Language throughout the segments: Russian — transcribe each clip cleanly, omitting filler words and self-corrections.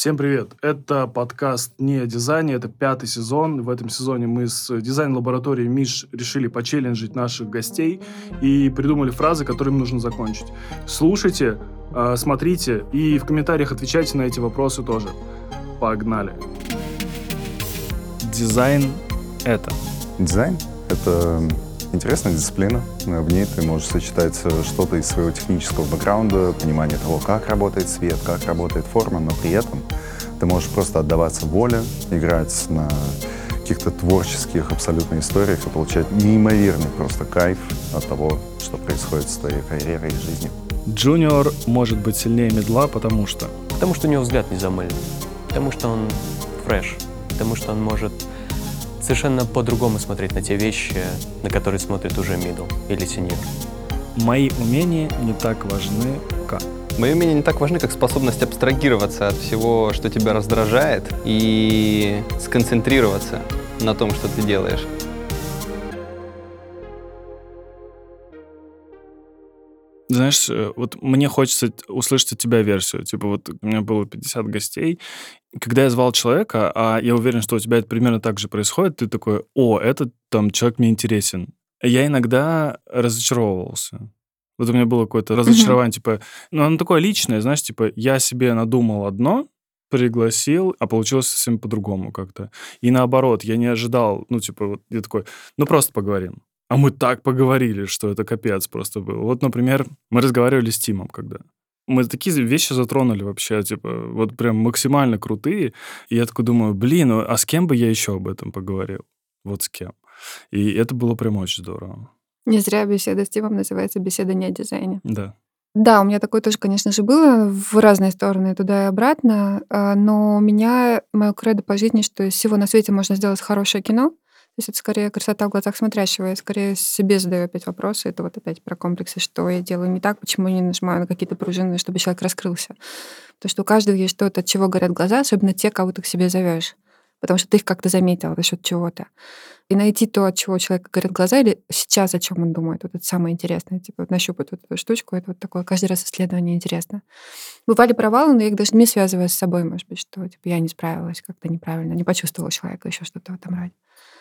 Всем привет! Это подкаст «Не о дизайне», это 5-й сезон. В этом сезоне мы с дизайн-лабораторией МИШ решили почелленджить наших гостей и придумали фразы, которыми нужно закончить. Слушайте, смотрите и в комментариях отвечайте на эти вопросы тоже. Погнали! Дизайн — это? Дизайн — это интересная дисциплина. В ней ты можешь сочетать что-то из своего технического бэкграунда, понимание того, как работает свет, как работает форма, но при этом ты можешь просто отдаваться воле, играть на каких-то творческих абсолютно историях и получать неимоверный просто кайф от того, что происходит с твоей карьерой и жизнью. Джуниор может быть сильнее мидла, потому что? Потому что у него взгляд не замылен, потому что он фреш, потому что он может совершенно по-другому смотреть на те вещи, на которые смотрит уже мидл или сеньор. Мои умения не так важны, как? Мои умения не так важны, как способность абстрагироваться от всего, что тебя раздражает, и сконцентрироваться на том, что ты делаешь. Знаешь, вот мне хочется услышать от тебя версию. Типа вот у меня было 50 гостей. Когда я звал человека, а я уверен, что у тебя это примерно так же происходит, ты такой: о, этот там человек мне интересен. Я иногда разочаровывался. Вот у меня было какое-то разочарование, типа, ну, оно такое личное, знаешь, типа, я себе надумал одно, пригласил, а получилось совсем по-другому как-то. И наоборот, я не ожидал, ну, типа, вот я такой, ну, просто поговорим. А мы так поговорили, что это капец просто был. Вот, например, мы разговаривали с Тимом когда. Мы такие вещи затронули вообще, типа, вот прям максимально крутые. И я такой думаю, блин, ну, а с кем бы я еще об этом поговорил? Вот с кем. И это было прям очень здорово. Не зря беседа с Тимом называется «Беседа не о дизайне». Да. Да, у меня такое тоже, конечно же, было в разные стороны, туда и обратно. Но у меня моё кредо по жизни, что из всего на свете можно сделать хорошее кино. То есть это скорее красота в глазах смотрящего. Я скорее себе задаю опять вопросы. Это вот опять про комплексы, что я делаю не так, почему я не нажимаю на какие-то пружины, чтобы человек раскрылся. Потому что у каждого есть что-то, от чего горят глаза, особенно те, кого ты к себе зовешь. Потому что ты их как-то заметил за счет чего-то. И найти то, от чего у человека горят глаза, или сейчас о чем он думает. Вот это самое интересное. Типа вот нащупать вот эту штучку, это вот такое каждый раз исследование интересно. Бывали провалы, но я их даже не связываю с собой, может быть, что типа я не справилась как-то неправильно, не почувствовала человека, еще что-то в этом роде.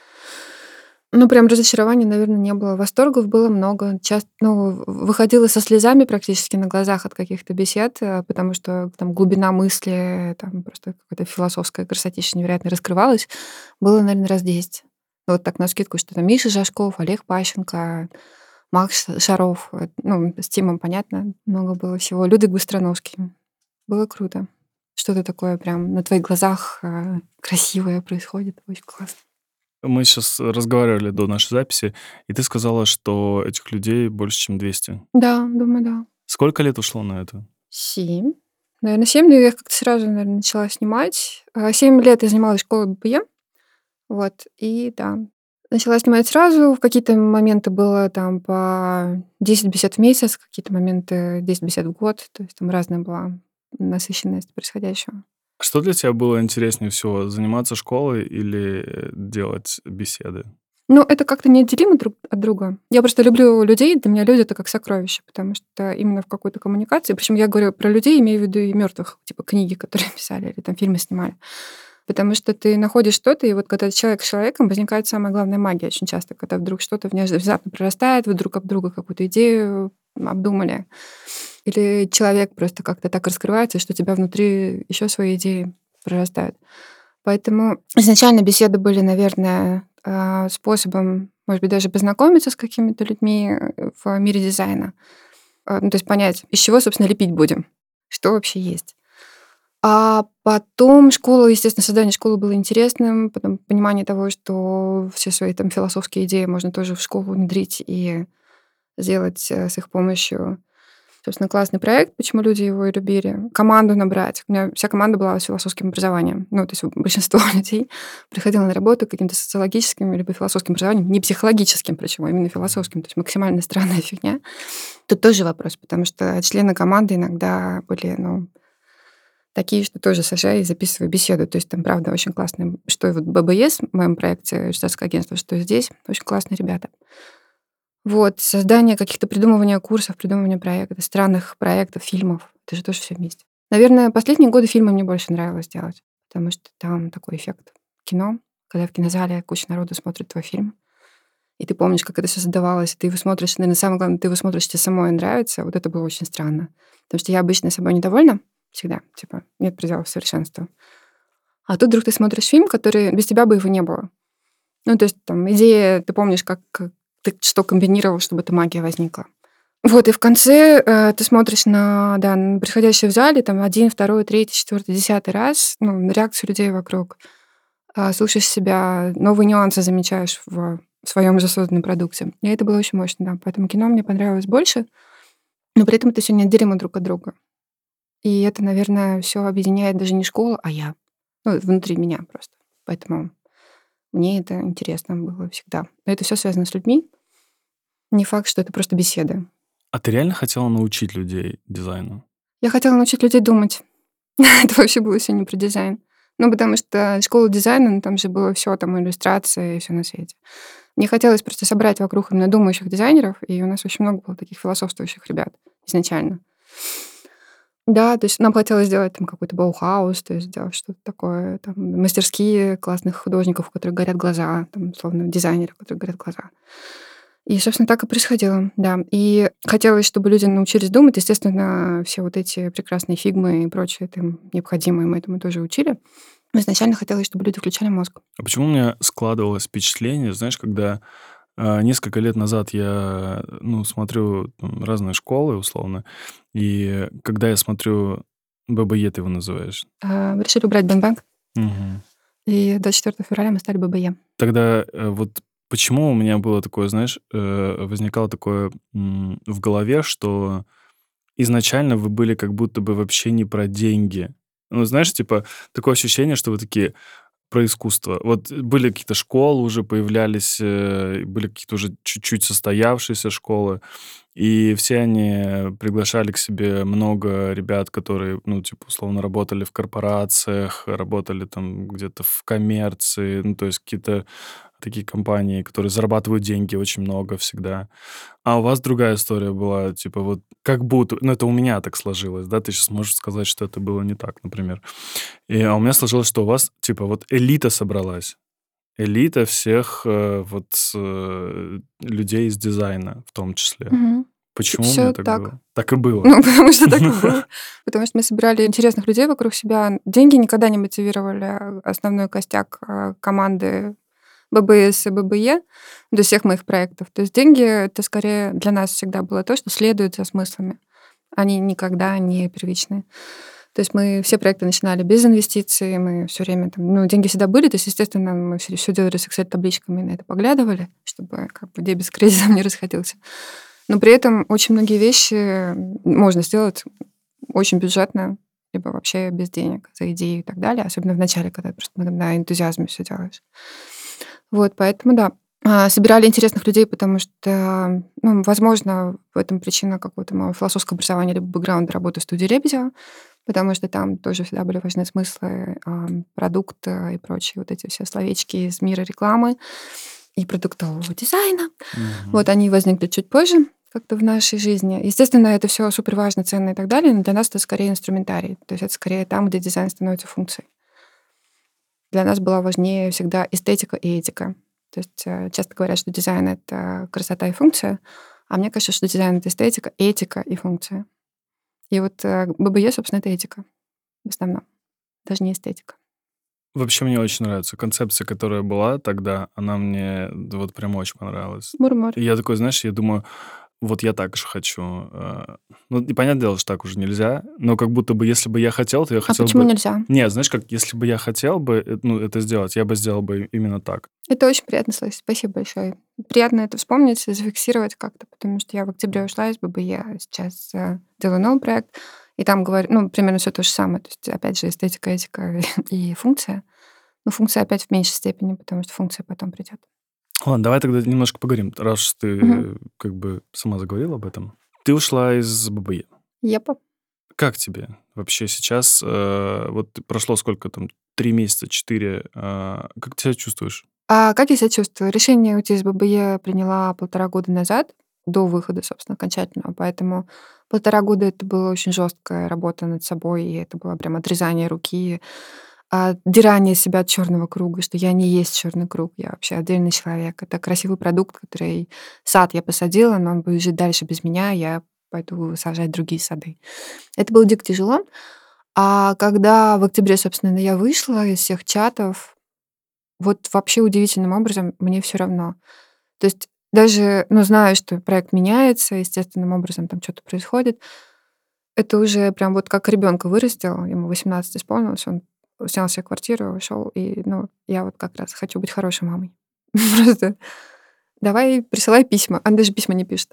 Ну, прям разочарований, наверное, не было. Восторгов было много. Часто, выходила со слезами практически на глазах от каких-то бесед, потому что там глубина мысли, там просто какая-то философская красотища невероятно раскрывалась. Было, наверное, раз 10. Вот так навскидку, что там Миша Жашков, Олег Пащенко, Макс Шаров. Ну, с Тимом, понятно, много было всего. Людвиг Быстроновский. Было круто. Что-то такое прям на твоих глазах красивое происходит. Очень классно. Мы сейчас разговаривали до нашей записи, и ты сказала, что этих людей больше, чем 200. Да, думаю, да. Сколько лет ушло на это? 7. Наверное, 7, но я их как-то сразу, наверное, начала снимать. 7 лет я занималась школой БПЕ. Вот, и да. Начала снимать сразу. В какие-то моменты было там по 10 бесед в месяц, в какие-то моменты 10 бесед в год. То есть там разная была насыщенность происходящего. Что для тебя было интереснее всего, заниматься школой или делать беседы? Ну, это как-то неотделимо друг от друга. Я просто люблю людей, для меня люди — это как сокровища, потому что именно в какой-то коммуникации, причем я говорю про людей, имею в виду и мертвых, типа книги, которые писали, или там фильмы снимали. Потому что ты находишь что-то, и вот когда человек с человеком, возникает самая главная магия очень часто, когда вдруг что-то внезапно прорастает, вы друг об друга какую-то идею обдумали. Или человек просто как-то так раскрывается, что у тебя внутри еще свои идеи прорастают. Поэтому изначально беседы были, наверное, способом, может быть, даже познакомиться с какими-то людьми в мире дизайна. Ну, то есть понять, из чего, собственно, лепить будем, что вообще есть. А потом школа, естественно, создание школы было интересным, потом понимание того, что все свои там философские идеи можно тоже в школу внедрить и сделать с их помощью, собственно, классный проект, почему люди его и любили. Команду набрать. У меня вся команда была с философским образованием. Ну, то есть большинство людей приходило на работу каким-то социологическим либо философским образованием, не психологическим, причем, а именно философским. То есть максимально странная фигня. Тут тоже вопрос, потому что члены команды иногда были, такие, что тоже сажаю и записываю беседу. То есть там, правда, очень классно, что и вот ББС в моем проекте штатское агентство, что и здесь. Очень классные ребята. Вот, создание каких-то, придумывания курсов, придумывания проектов, странных проектов, фильмов. Это же тоже все вместе. Наверное, последние годы фильмы мне больше нравилось делать, потому что там такой эффект кино, когда в кинозале куча народу смотрит твой фильм, и ты помнишь, как это все создавалось, и ты его смотришь, наверное, самое главное, ты его смотришь, тебе самой нравится. Вот это было очень странно. Потому что я обычно собой недовольна всегда, типа, нет пределов совершенства. А тут вдруг ты смотришь фильм, который без тебя бы его не было. Ну, то есть там идея, ты помнишь, как ты что комбинировал, чтобы эта магия возникла. Вот, и в конце ты смотришь на происходящее в зале, там, 1, 2, 3, 4, 10 раз, ну, на реакцию людей вокруг, слушаешь себя, новые нюансы замечаешь в своем уже созданном продукте. И это было очень мощно, да. Поэтому кино мне понравилось больше, но при этом это все неотделимо друг от друга. И это, наверное, все объединяет даже не школа, а я. Ну, внутри меня просто. Поэтому мне это интересно было всегда. Но это все связано с людьми. Не факт, что это просто беседы. А ты реально хотела научить людей дизайну? Я хотела научить людей думать. Это вообще было все не про дизайн. Ну, потому что школа дизайна, ну, там же было все, там иллюстрация и все на свете. Мне хотелось просто собрать вокруг именно думающих дизайнеров, и у нас очень много было таких философствующих ребят изначально. Да, то есть нам хотелось сделать там какой-то Баухаус, то есть сделать что-то такое, там, мастерские классных художников, у которых горят глаза, там, условно, дизайнеров, у которых горят глаза. И, собственно, так и происходило, да. И хотелось, чтобы люди научились думать. Естественно, все вот эти прекрасные фигмы и прочее, это необходимо, и мы этому тоже учили. Но изначально хотелось, чтобы люди включали мозг. А почему у меня складывалось впечатление, знаешь, когда несколько лет назад я, ну, смотрю там, разные школы, условно, и когда я смотрю ББЕ, ты его называешь. Мы решили убрать Бэнк-Бэнк, Мгм. и 24 февраля мы стали ББЕ. Тогда вот почему у меня было такое, знаешь, возникало такое в голове, что изначально вы были как будто бы вообще не про деньги. Ну, знаешь, типа, такое ощущение, что вы такие про искусство. Вот были какие-то школы уже появлялись, были какие-то уже чуть-чуть состоявшиеся школы, и все они приглашали к себе много ребят, которые, ну, типа, условно, работали в корпорациях, работали там где-то в коммерции, ну, то есть какие-то такие компании, которые зарабатывают деньги очень много всегда. А у вас другая история была, типа вот как будто, ну это у меня так сложилось, да, ты сейчас можешь сказать, что это было не так, например. А у меня сложилось, что у вас, типа, вот элита собралась. Элита всех людей из дизайна в том числе. Мгм. Почему у меня Все так так. было? Так и было. Ну, потому что так и было. Потому что мы собирали интересных людей вокруг себя. Деньги никогда не мотивировали основной костяк команды ББС и ББЕ до всех моих проектов. То есть деньги — это скорее для нас всегда было то, что следует за смыслами. Они никогда не первичны. То есть мы все проекты начинали без инвестиций, мы все время там, ну, деньги всегда были, то есть, естественно, мы все делали с Excel-табличками, на это поглядывали, чтобы как бы дебет с кредитом не расходился. Но при этом очень многие вещи можно сделать очень бюджетно, либо вообще без денег, за идею и так далее, особенно в начале, когда просто на энтузиазме все делаешь. Вот, поэтому да. Собирали интересных людей, потому что, ну, возможно, в этом причина какого-то моего философского образования либо бэкграунда работы в студии Лебедева, потому что там тоже всегда были важны смыслы продукта и прочие вот эти все словечки из мира рекламы и продуктового дизайна. Мгм. Вот они возникли чуть позже как-то в нашей жизни. Естественно, это все супер важно, ценно и так далее, но для нас это скорее инструментарий. То есть это скорее там, где дизайн становится функцией. Для нас была важнее всегда эстетика и этика. То есть часто говорят, что дизайн — это красота и функция, а мне кажется, что дизайн — это эстетика, этика и функция. И вот ББЕ, собственно, это этика в основном, даже не эстетика. Вообще мне очень нравится концепция, которая была тогда, она мне вот прям очень понравилась. Мур-мур. И я такой, знаешь, я думаю, вот я так же хочу. Ну, и понятное дело, что так уже нельзя, но как будто бы, если бы я хотел, то я А хотел почему бы... нельзя? Нет, знаешь, как если бы я хотел бы ну, это сделать, я бы сделал бы именно так. Это очень приятно слышать. Спасибо большое. Приятно это вспомнить и зафиксировать как-то, потому что я в октябре ушла из ББЕ, а сейчас делаю новый проект, и там говорю, ну, примерно все то же самое. То есть, опять же, эстетика, этика и функция. Но функция опять в меньшей степени, потому что функция потом придет. Ладно, давай тогда немножко поговорим, раз ты Мгм. как бы сама заговорила об этом. Ты ушла из ББЕ. Епа. Как тебе вообще сейчас? Вот прошло сколько там, 3 месяца, 4. Как ты себя чувствуешь? А как я себя чувствую? Решение уйти из ББЕ приняла 1,5 года назад. до выхода, собственно, окончательного. Поэтому 1,5 года это была очень жесткая работа над собой, и это было прям отрезание руки, отдирание себя от черного круга, что я не есть черный круг, я вообще отдельный человек. Это красивый продукт, который сад я посадила, но он будет жить дальше без меня, я пойду сажать другие сады. Это было дико тяжело. А когда в октябре, собственно, я вышла из всех чатов, вот вообще удивительным образом мне все равно. То есть даже, знаю, что проект меняется, естественным образом там что-то происходит, это уже прям вот как ребенка вырастил, ему 18 исполнилось, он снял себе квартиру, ушел, и, я вот как раз хочу быть хорошей мамой. Просто давай присылай письма. Она даже письма не пишет.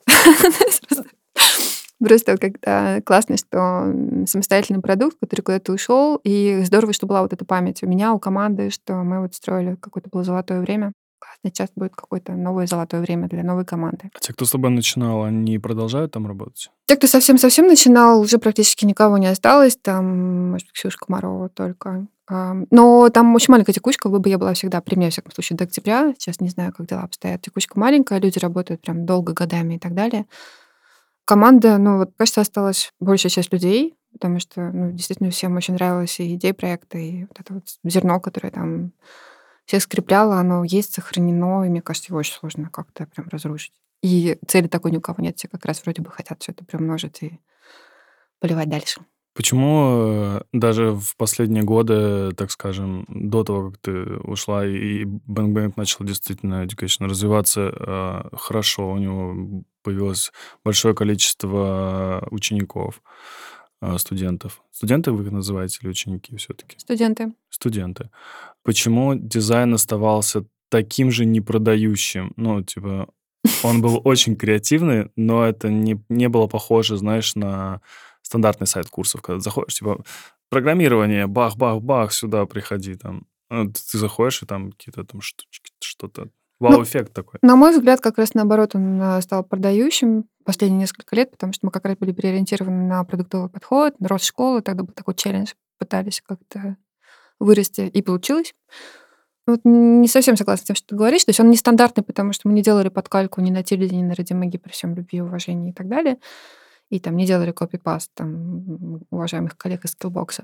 Просто как-то классно, что самостоятельный продукт, который куда-то ушел, и здорово, что была вот эта память у меня, у команды, что мы вот строили какое-то было золотое время. Классно, сейчас будет какое-то новое золотое время для новой команды. А те, кто с тобой начинал, они продолжают там работать? Те, кто совсем-совсем начинал, уже практически никого не осталось. Там, может быть, Ксюша Комарова только. Но там очень маленькая текучка, бы я была всегда при мне, во всяком случае, до октября. Сейчас не знаю, как дела обстоят. Текучка маленькая, люди работают прям долго, годами и так далее. Команда, кажется, осталась большая часть людей, потому что, действительно, всем очень нравилась и идея проекта, и вот это вот зерно, которое там всех скрепляло, оно есть, сохранено, и мне кажется, его очень сложно как-то прям разрушить. И цели такой ни у кого нет, все как раз вроде бы хотят все это приумножить и поливать дальше. Почему даже в последние годы, так скажем, до того, как ты ушла, и Bang Bang начал действительно education развиваться хорошо, у него появилось большое количество учеников, студентов. Студенты вы их называете или ученики все-таки? Студенты. Студенты. Почему дизайн оставался таким же непродающим? Он был очень креативный, но это не было похоже, знаешь, на стандартный сайт курсов, когда заходишь, программирование, бах-бах-бах, сюда приходи, там. Ты заходишь, и там какие-то там штучки, что-то. Вау-эффект такой. На мой взгляд, как раз наоборот, он стал продающим последние несколько лет, потому что мы как раз были переориентированы на продуктовый подход, рост школы, тогда был такой челлендж, пытались как-то вырасти, и получилось. Вот не совсем согласна с тем, что ты говоришь. То есть он нестандартный, потому что мы не делали подкальку ни на Тильде, ни на Радимаге, при всем любви, уважении и так далее. И там не делали копипаст там, уважаемых коллег из Skillbox.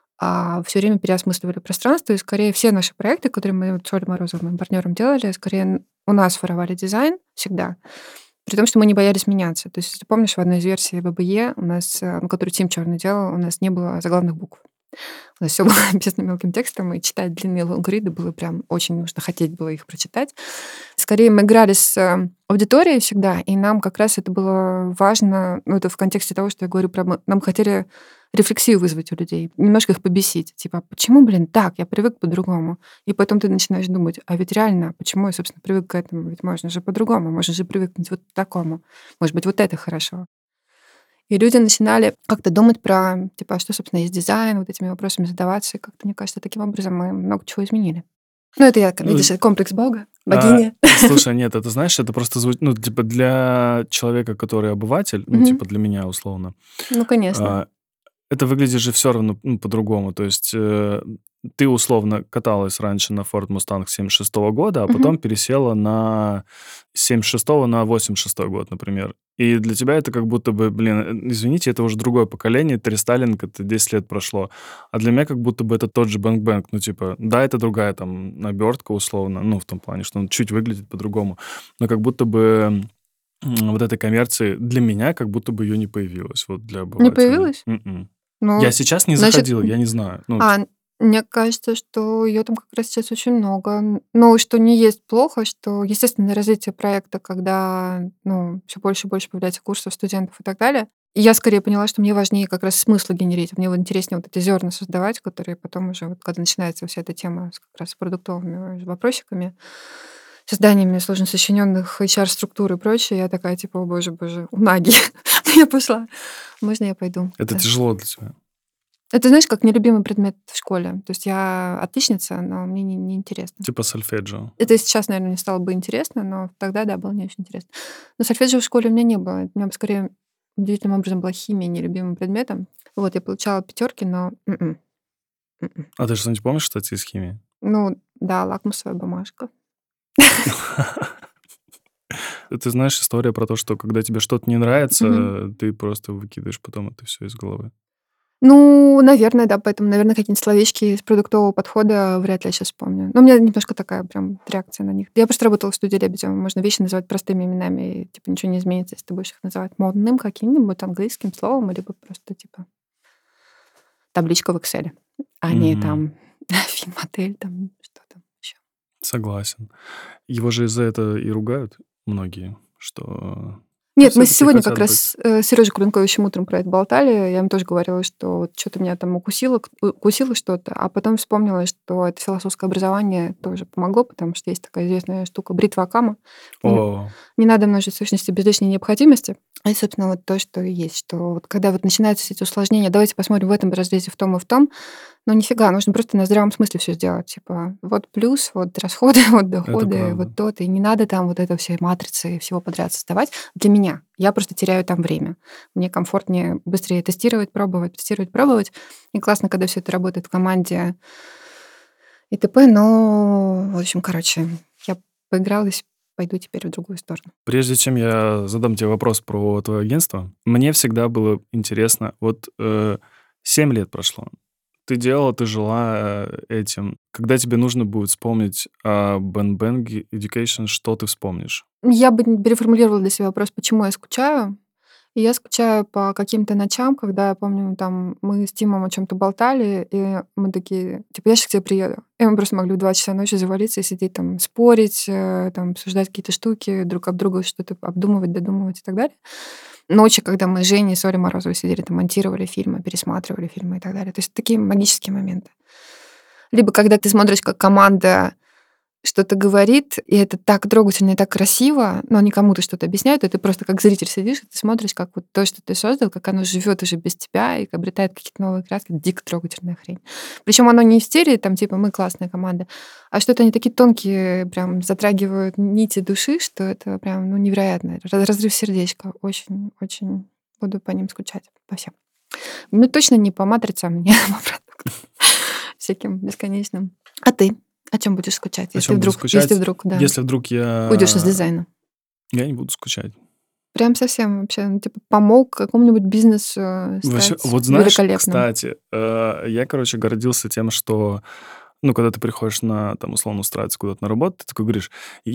А все время переосмысливали пространство. И скорее все наши проекты, которые мы с Олей Морозовой, моим партнером, делали, скорее у нас воровали дизайн всегда. При том, что мы не боялись меняться. То есть, если ты помнишь, в одной из версий ББЕ у нас, которую Тим Черный делал, у нас не было заглавных букв. У нас все было написано мелким текстом, и читать длинные лонгриды было прям очень нужно, хотеть было их прочитать. Скорее, мы играли с аудиторией всегда, и нам как раз это было важно, это в контексте того, что я говорю про... Нам хотели рефлексию вызвать у людей, немножко их побесить. Типа, почему, так, я привык по-другому. И потом ты начинаешь думать, а ведь реально, почему я, собственно, привык к этому? Ведь можно же по-другому, можно же привыкнуть вот к такому. Может быть, вот это хорошо. И люди начинали как-то думать про, что, собственно, есть дизайн, вот этими вопросами задаваться. И как-то, мне кажется, таким образом мы много чего изменили. Это я, видишь, комплекс Бога, богини. Слушай, нет, это, знаешь, это просто звучит, для человека, который обыватель, для меня, условно. Конечно. Это выглядит же все равно по-другому. То есть ты условно каталась раньше на Ford Mustang 76-го года, а потом пересела на 76-го на 86-й год, например. И для тебя это как будто бы, извините, это уже другое поколение, это рестайлинг, это 10 лет прошло. А для меня как будто бы это тот же Bang Bang. Да, это другая там обертка условно, в том плане, что он чуть выглядит по-другому. Но как будто бы вот этой коммерции для меня как будто бы ее не появилось. Вот для обывателя. Не появилось? Я сейчас не заходила, я не знаю. Мне кажется, что ее там как раз сейчас очень много. Но что не есть плохо, что естественное развитие проекта, когда все больше и больше появляется курсов, студентов и так далее. И я скорее поняла, что мне важнее как раз смыслы генерить. Мне интереснее вот эти зерна создавать, которые потом уже, когда начинается вся эта тема как раз с продуктовыми вопросиками, созданиями сложно сочиненных HR-структур и прочее, я такая, о боже, унаги. Я пошла. Можно я пойду? Это тяжело для тебя? Это, знаешь, как нелюбимый предмет в школе. То есть я отличница, но мне не интересно. Типа сольфеджио. Это сейчас, наверное, не стало бы интересно, но тогда, да, было не очень интересно. Но сольфеджио в школе у меня не было. У меня скорее удивительным образом была химия нелюбимым предметом. Вот, я получала 5, но... А ты что-нибудь помнишь, кстати, из химии? Да, лакмусовая бумажка. Ты знаешь, история про то, что когда тебе что-то не нравится, Мгм. ты просто выкидываешь потом это все из головы. Ну, наверное, да, поэтому, наверное, какие-нибудь словечки из продуктового подхода вряд ли я сейчас вспомню. Но у меня немножко такая прям реакция на них. Я просто работала в студии Лебедева. Можно вещи называть простыми именами, и, типа, ничего не изменится, если ты будешь их называть модным каким-нибудь английским словом, либо просто, типа, табличка в Excel, а не Мгм. там фильм-отель, там что там еще. Согласен. Его же из-за этого и ругают многие, что Нет, мы все-таки сегодня как хотят быть. раз с Сережей Кулинковичем утром про это болтали. Я ему тоже говорила, что вот что-то меня там укусило что-то, а потом вспомнила, что это философское образование тоже помогло, потому что есть такая известная штука бритва Акама. Не, О, не надо множить сущности без лишней необходимости. И, собственно, вот то, что и есть, что вот когда вот начинаются эти усложнения, давайте посмотрим в этом разрезе, в том и в том, ну нифига, нужно просто на здравом смысле все сделать. Типа, вот плюс, вот расходы, вот это доходы, правда. вот то-то. И не надо там вот это все матрицы и всего подряд создавать. Для меня. Я просто теряю там время. Мне комфортнее быстрее тестировать, пробовать. И классно, когда все это работает в команде и т.п. Но, в общем, короче, я поигралась, пойду теперь в другую сторону. Прежде чем я задам тебе вопрос про твое агентство, мне всегда было интересно, вот 7 лет прошло. Ты делала, ты жила этим. Когда тебе нужно будет вспомнить о Bang Bang Education, что ты вспомнишь? Я бы переформулировала для себя вопрос, почему я скучаю. И я скучаю по каким-то ночам, когда, я помню, там мы с Тимом о чем то болтали, и мы такие, типа: "Я сейчас к тебе приеду". И мы просто могли в 2 часа ночи завалиться и сидеть там, спорить, там, обсуждать какие-то штуки, друг об друга что-то обдумывать, додумывать и так далее. Ночи, когда мы с Женей и с Олей Морозовой сидели, там, монтировали фильмы, пересматривали фильмы и так далее. То есть такие магические моменты. Либо когда ты смотришь, как команда что-то говорит, и это так трогательно и так красиво, но они кому-то что-то объясняют, и ты просто как зритель сидишь, и ты смотришь, как вот то, что ты создал, как оно живет уже без тебя и обретает какие-то новые краски. Дико трогательная хрень. Причем оно не в серии, там, типа, мы классная команда, а что-то они такие тонкие, прям затрагивают нити души, что это прям, ну, невероятно. Разрыв сердечка. Очень, очень буду по ним скучать, по всем. Ну, точно не по матрицам, не по продуктам всяким бесконечным. А ты? О чем будешь скучать, О чем буду если скучать? вдруг, да, Если вдруг уйдешь из дизайна? я не буду скучать. Прям совсем вообще, ну, типа, помог какому-нибудь бизнесу Вообще, стать вот знаешь, великолепным. кстати, я, короче, гордился тем, что, ну, когда ты приходишь на, там, условно, устраиваться куда-то на работу, ты такой говоришь,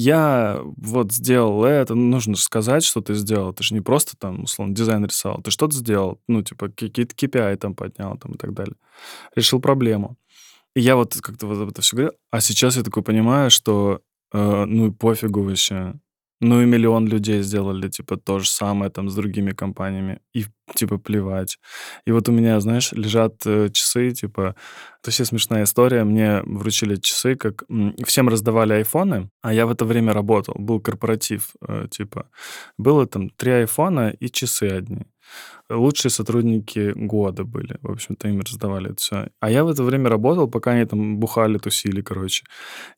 я вот сделал это, ну, нужно же сказать, что ты сделал. Ты же не просто, там, условно, дизайн рисовал, ты что-то сделал, ну, типа, какие-то KPI там поднял, там, и так далее. Решил проблему. И я вот как-то вот это все говорю, а сейчас я такой понимаю, что, ну, и пофигу вообще. Ну, и миллион людей сделали, типа, то же самое там с другими компаниями. И, типа, плевать. И вот у меня, знаешь, лежат часы, типа, это вообще смешная история. Мне вручили часы, как всем раздавали айфоны, а я в это время работал. Был корпоратив, типа. Было там 3 айфона и часы одни. Лучшие сотрудники года были. В общем-то, им раздавали это все. А я в это время работал, пока они там бухали, тусили, короче.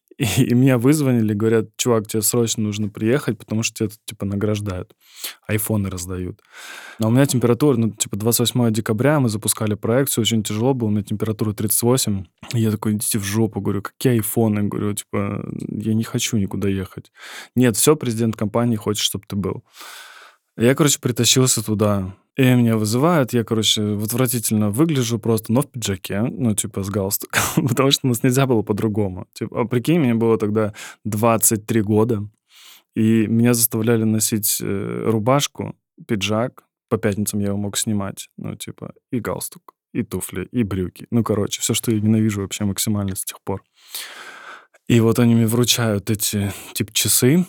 И меня вызвонили, говорят, чувак, тебе срочно нужно приехать, потому что тебя тут, типа, награждают. Айфоны раздают. А у меня температура, ну, типа, 28 декабря мы запускали проект, все очень тяжело было, у меня температура 38. И я такой, идите в жопу, говорю, какие айфоны? Говорю, типа, я не хочу никуда ехать. Нет, все, президент компании хочет, чтобы ты был. Я, короче, притащился туда. И меня вызывают, я, короче, отвратительно выгляжу просто, но в пиджаке, ну, типа, с галстуком, потому что у нас нельзя было по-другому. Типа, а прикинь, мне было тогда 23 года, и меня заставляли носить рубашку, пиджак, по пятницам я его мог снимать, ну, типа, и галстук, и туфли, и брюки. Ну, короче, все, что я ненавижу вообще максимально с тех пор. И вот они мне вручают эти, типа, часы,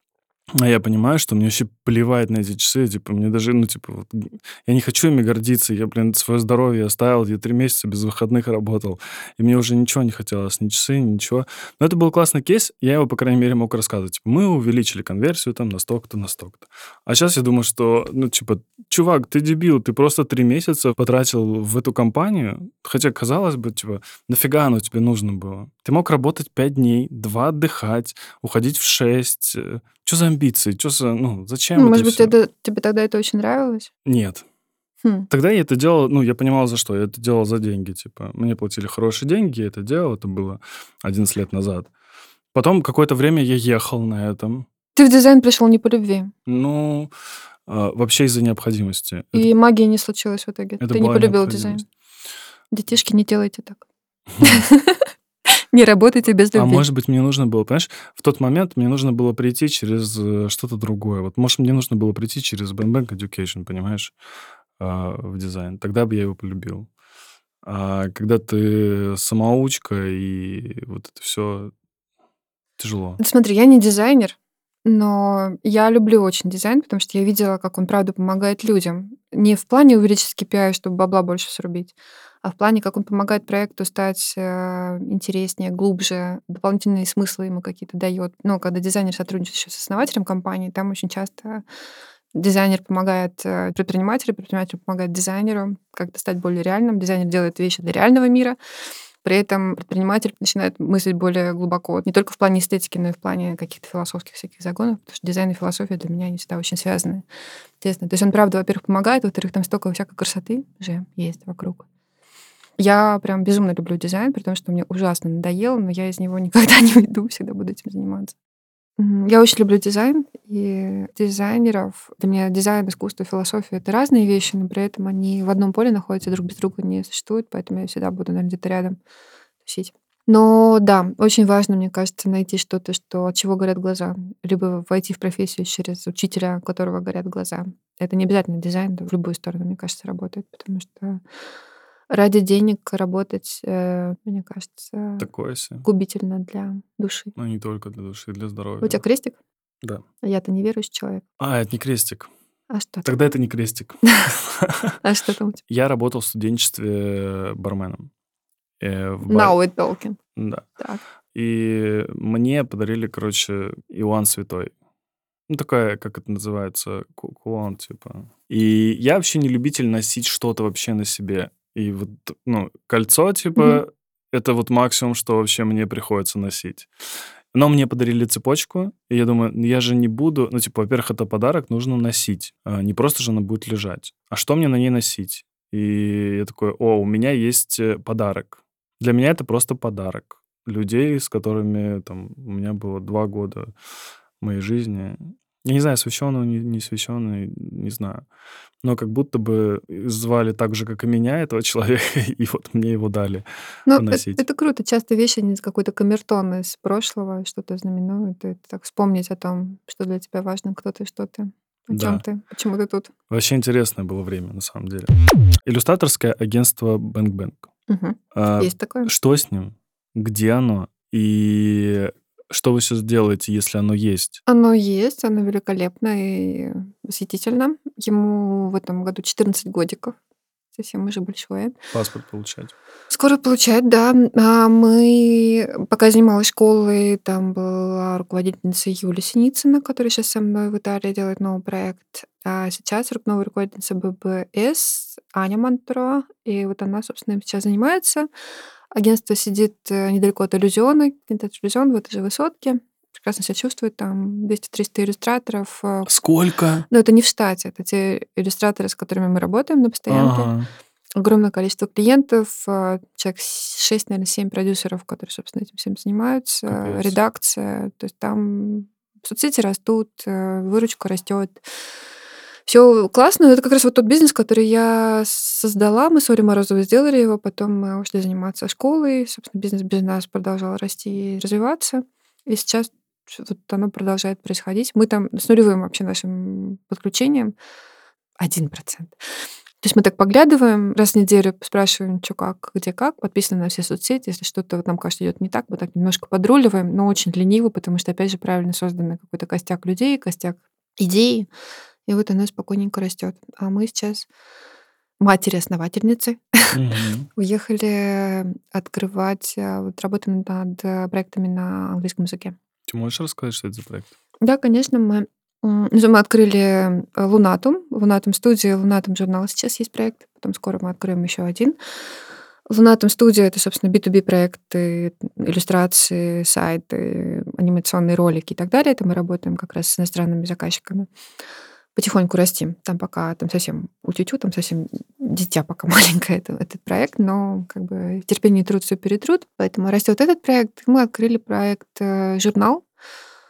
а я понимаю, что мне вообще плевать на эти часы, типа, мне даже, ну, типа, вот, я не хочу ими гордиться, я, блин, свое здоровье оставил, я 3 месяца без выходных работал, и мне уже ничего не хотелось, ни часы, ничего. Но это был классный кейс, я его, по крайней мере, мог рассказывать. Типа, мы увеличили конверсию там на столько-то, на столько-то. А сейчас я думаю, что, ну, типа, чувак, ты дебил, ты просто 3 месяца потратил в эту компанию, хотя, казалось бы, типа, нафига оно тебе нужно было? Ты мог работать 5 дней, 2 отдыхать, уходить в 6. Что за амбиции? Что за, ну, зачем Ну, это может быть, все? тебе тогда это очень нравилось? Нет. Хм. Тогда я это делал, ну, я понимал, за что. Я это делал за деньги, типа. Мне платили хорошие деньги, я это делал, это было 11 лет назад. Потом какое-то время я ехал на этом. Ты в дизайн пришел не по любви. Ну, вообще из-за необходимости. И магии не случилось в итоге. Это Ты не была полюбил необходимость. дизайн. Детишки, не делайте так. Не работайте без А любви. может быть, мне нужно было, понимаешь, в тот момент мне нужно было прийти через что-то другое. Вот, может, мне нужно было прийти через Bang Education, понимаешь, в дизайн. Тогда бы я его полюбил. А когда ты самоучка и вот это все тяжело. Смотри, я не дизайнер, но я люблю очень дизайн, потому что я видела, как он правда помогает людям. Не в плане увеличить KPI, чтобы бабла больше срубить, а в плане, как он помогает проекту стать интереснее, глубже, дополнительные смыслы ему какие-то дает. Ну, когда дизайнер сотрудничает еще с основателем компании, там очень часто дизайнер помогает предпринимателю помогает дизайнеру как-то стать более реальным. Дизайнер делает вещи для реального мира. При этом предприниматель начинает мыслить более глубоко. Не только в плане эстетики, но и в плане каких-то философских всяких загонов. Потому что дизайн и философия для меня, они всегда очень связаны. Естественно. То есть он, правда, во-первых, помогает, во-вторых, там столько всякой красоты же есть вокруг. Я прям безумно люблю дизайн, при том, что мне ужасно надоело, но я из него никогда не уйду, всегда буду этим заниматься. Я очень люблю дизайн, и дизайнеров... Для меня дизайн, искусство, философия — это разные вещи, но при этом они в одном поле находятся, друг без друга не существуют, поэтому я всегда буду, наверное, где-то рядом тусить. Но да, очень важно, мне кажется, найти что-то, от чего горят глаза. Либо войти в профессию через учителя, у которого горят глаза. Это не обязательно дизайн, да, в любую сторону, мне кажется, работает, потому что ради денег работать, мне кажется, Такое себе. губительно для души. Ну, не только для души, для У здоровья. тебя крестик? Да. А я-то неверующий человек. Это не крестик. А что там? Тогда это не крестик. А что там у тебя? Я работал в студенчестве барменом. Now we're talking. Да. Так. И мне подарили, короче, Иоанн Святой. Ну, такая, как это называется, кулон, типа. И я вообще не любитель носить что-то вообще на себе. И вот, кольцо, типа, это вот максимум, что вообще мне приходится носить. Но мне подарили цепочку, и я думаю, я же не буду... Ну, типа, во-первых, это подарок, нужно носить. Не просто же она будет лежать. А что мне на ней носить? И я такой, у меня есть подарок. Для меня это просто подарок. Людей, с которыми там у меня было 2 года моей жизни. Я не знаю, священный, не священный, не знаю. Но как будто бы звали так же, как и меня, этого человека, и вот мне его дали Ну, поносить. это круто. Часто вещи, они из какой-то камертон из прошлого, что-то знаменует. Это так вспомнить о том, что для тебя важно, кто ты, что ты, о чем Да. ты, почему ты тут. Вообще интересное было время, на самом деле. Иллюстраторское агентство Bang Bang. Мгм. Есть такое. Что с ним? Где оно? И что вы сейчас делаете, если оно есть? Оно есть, оно великолепно и восхитительно. Ему в этом году 14 годиков. Совсем уже большое. Паспорт получать. Скоро получать, да. Мы, пока я занималась школой, там была руководительница Юлия Синицына, которая сейчас со мной в Италии делает новый проект. А сейчас новая руководительница ББС Аня Монтро. И вот она, собственно, им сейчас занимается. Агентство сидит недалеко от Иллюзиона, Кинотеатр Иллюзион, в этой же высотке. Прекрасно себя чувствует, там 200-300 иллюстраторов. Сколько? Но это не в штате, это те иллюстраторы, с которыми мы работаем на постоянке. Ага. Огромное количество клиентов, человек 6, наверное, 7 продюсеров, которые, собственно, этим всем занимаются, Капец. редакция. То есть там соцсети растут, выручка растет. Все классно. Это как раз вот тот бизнес, который я создала. Мы с Олей Морозовой сделали его, потом мы ушли заниматься школой. Собственно, бизнес без нас продолжал расти и развиваться. И сейчас вот оно продолжает происходить. Мы там с нулевым вообще нашим подключением 1%. То есть мы так поглядываем, раз в неделю спрашиваем, что как, где как, подписаны на все соцсети. Если что-то вот нам кажется идет не так, мы так немножко подруливаем, но очень лениво, потому что, опять же, правильно созданный какой-то костяк людей, костяк идей. И вот оно спокойненько растет. А мы сейчас матери-основательницы Мгм. уехали открывать, вот работаем над проектами на английском языке. Ты можешь рассказать, что это за проект? Да, конечно, мы открыли Лунатум студия, Лунатум журнал. Сейчас есть проект, потом скоро мы откроем еще один. Лунатум студия — это, собственно, B2B проекты, иллюстрации, сайты, анимационные ролики и так далее. Это мы работаем как раз с иностранными заказчиками. Потихоньку растим. Там пока совсем утю-тю, там совсем дитя пока маленькое этот проект, но как бы терпение и труд все перетрут. Поэтому растет этот проект. Мы открыли проект журнал.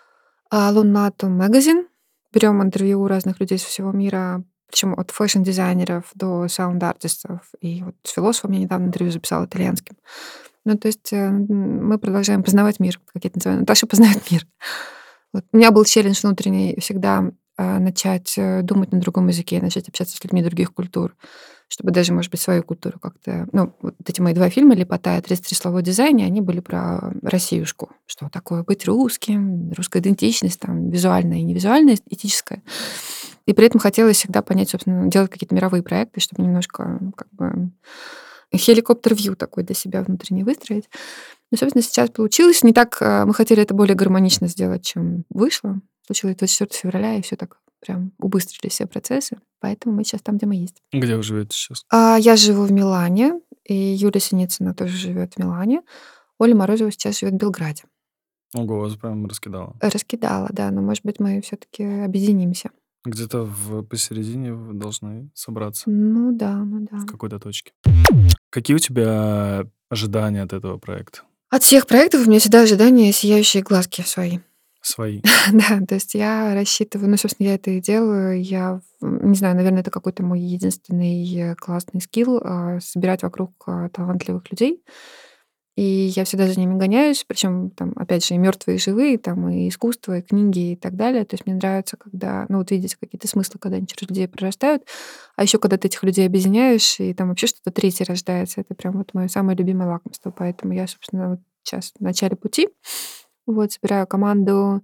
Lunatum Magazine. Берем интервью у разных людей со всего мира, причем от фэшн-дизайнеров до саунд-артистов. И вот с философом я недавно интервью записала итальянским. Ну, то есть мы продолжаем познавать мир, как я это называю. Наташа познает мир. Вот. У меня был челлендж внутренний всегда начать думать на другом языке, начать общаться с людьми других культур, чтобы даже, может быть, свою культуру как-то... Ну, вот эти мои 2 фильма «Лепота» и «33 слова о дизайне», они были про Россиюшку. Что такое быть русским, русская идентичность, там, визуальная и невизуальная, этическая. И при этом хотелось всегда понять, собственно, делать какие-то мировые проекты, чтобы немножко как бы хеликоптер-вью такой для себя внутренне выстроить. Ну, собственно, сейчас получилось. Не так мы хотели это более гармонично сделать, чем вышло. Случилось 24 февраля, и все так прям убыстрили все процессы. Поэтому мы сейчас там, где мы есть. Где вы живете сейчас? Я живу в Милане, и Юлия Синицына тоже живет в Милане. Оля Морозова сейчас живет в Белграде. Ого, вас прям раскидало. Раскидала, да, но, может быть, мы все-таки объединимся. Где-то посередине вы должны собраться Ну да. в какой-то точке. Какие у тебя ожидания от этого проекта? От всех проектов у меня всегда ожидания сияющие глазки свои. Свои. Да, то есть я рассчитываю, ну, собственно, я это и делаю. Я, не знаю, наверное, это какой-то мой единственный классный скилл собирать вокруг талантливых людей. И я всегда за ними гоняюсь, причем там, опять же, и мертвые, и живые, там, и искусство, и книги, и так далее. То есть мне нравится, когда, ну, вот видеть какие-то смыслы, когда они через людей прорастают. А еще когда ты этих людей объединяешь, и там вообще что-то третье рождается. Это прям вот мое самое любимое лакомство. Поэтому я, собственно, вот сейчас в начале пути. Вот, собираю команду,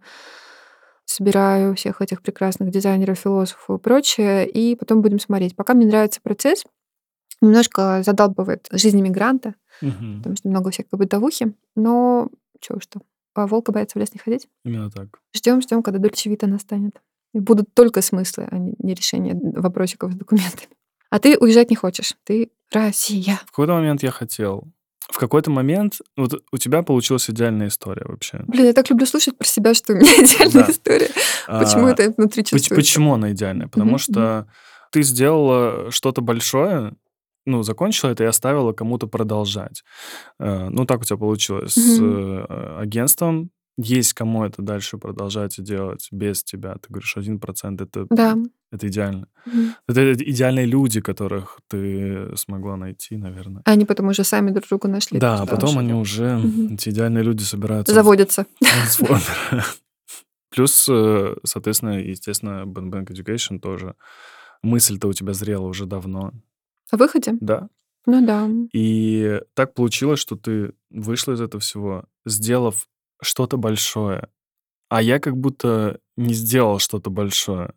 собираю всех этих прекрасных дизайнеров, философов и прочее, и потом будем смотреть. Пока мне нравится процесс, немножко задалбывает жизнь мигранта, Мгм. потому что много всякой бытовухи, но чего что. Волк боится в лес не ходить. Именно так. Ждем, когда Дольче Вита настанет. И будут только смыслы, а не решение вопросиков с документами. А ты уезжать не хочешь. Ты Россия. В какой-то момент я хотел. В какой-то момент вот у тебя получилась идеальная история вообще. Блин, я так люблю слушать про себя, что у меня идеальная Да. история. Почему А, это внутри чувствуется? Почему она идеальная? Потому Мгм, что ты сделала что-то большое, ну, закончила это и оставила кому-то продолжать. Ну, так у тебя получилось с агентством. Есть кому это дальше продолжать и делать без тебя. Ты говоришь, 1% Да. это идеально. Мгм. Это идеальные люди, которых ты смогла найти, наверное. Они потом уже сами друг друга нашли. Да, так а что потом да. они уже, Мгм. эти идеальные люди собираются в Заводятся. трансформер. Плюс, соответственно, естественно, Bang Bang Education тоже. Мысль-то у тебя зрела уже давно. О выходе? Да. Ну да. И так получилось, что ты вышла из этого всего, сделав что-то большое. А я как будто не сделал что-то большое.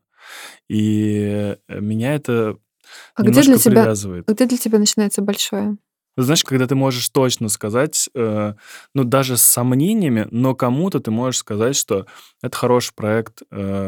И меня это А где немножко для тебя, привязывает. где для тебя начинается большое? Знаешь, когда ты можешь точно сказать, ну, даже с сомнениями, но кому-то ты можешь сказать, что это хороший проект,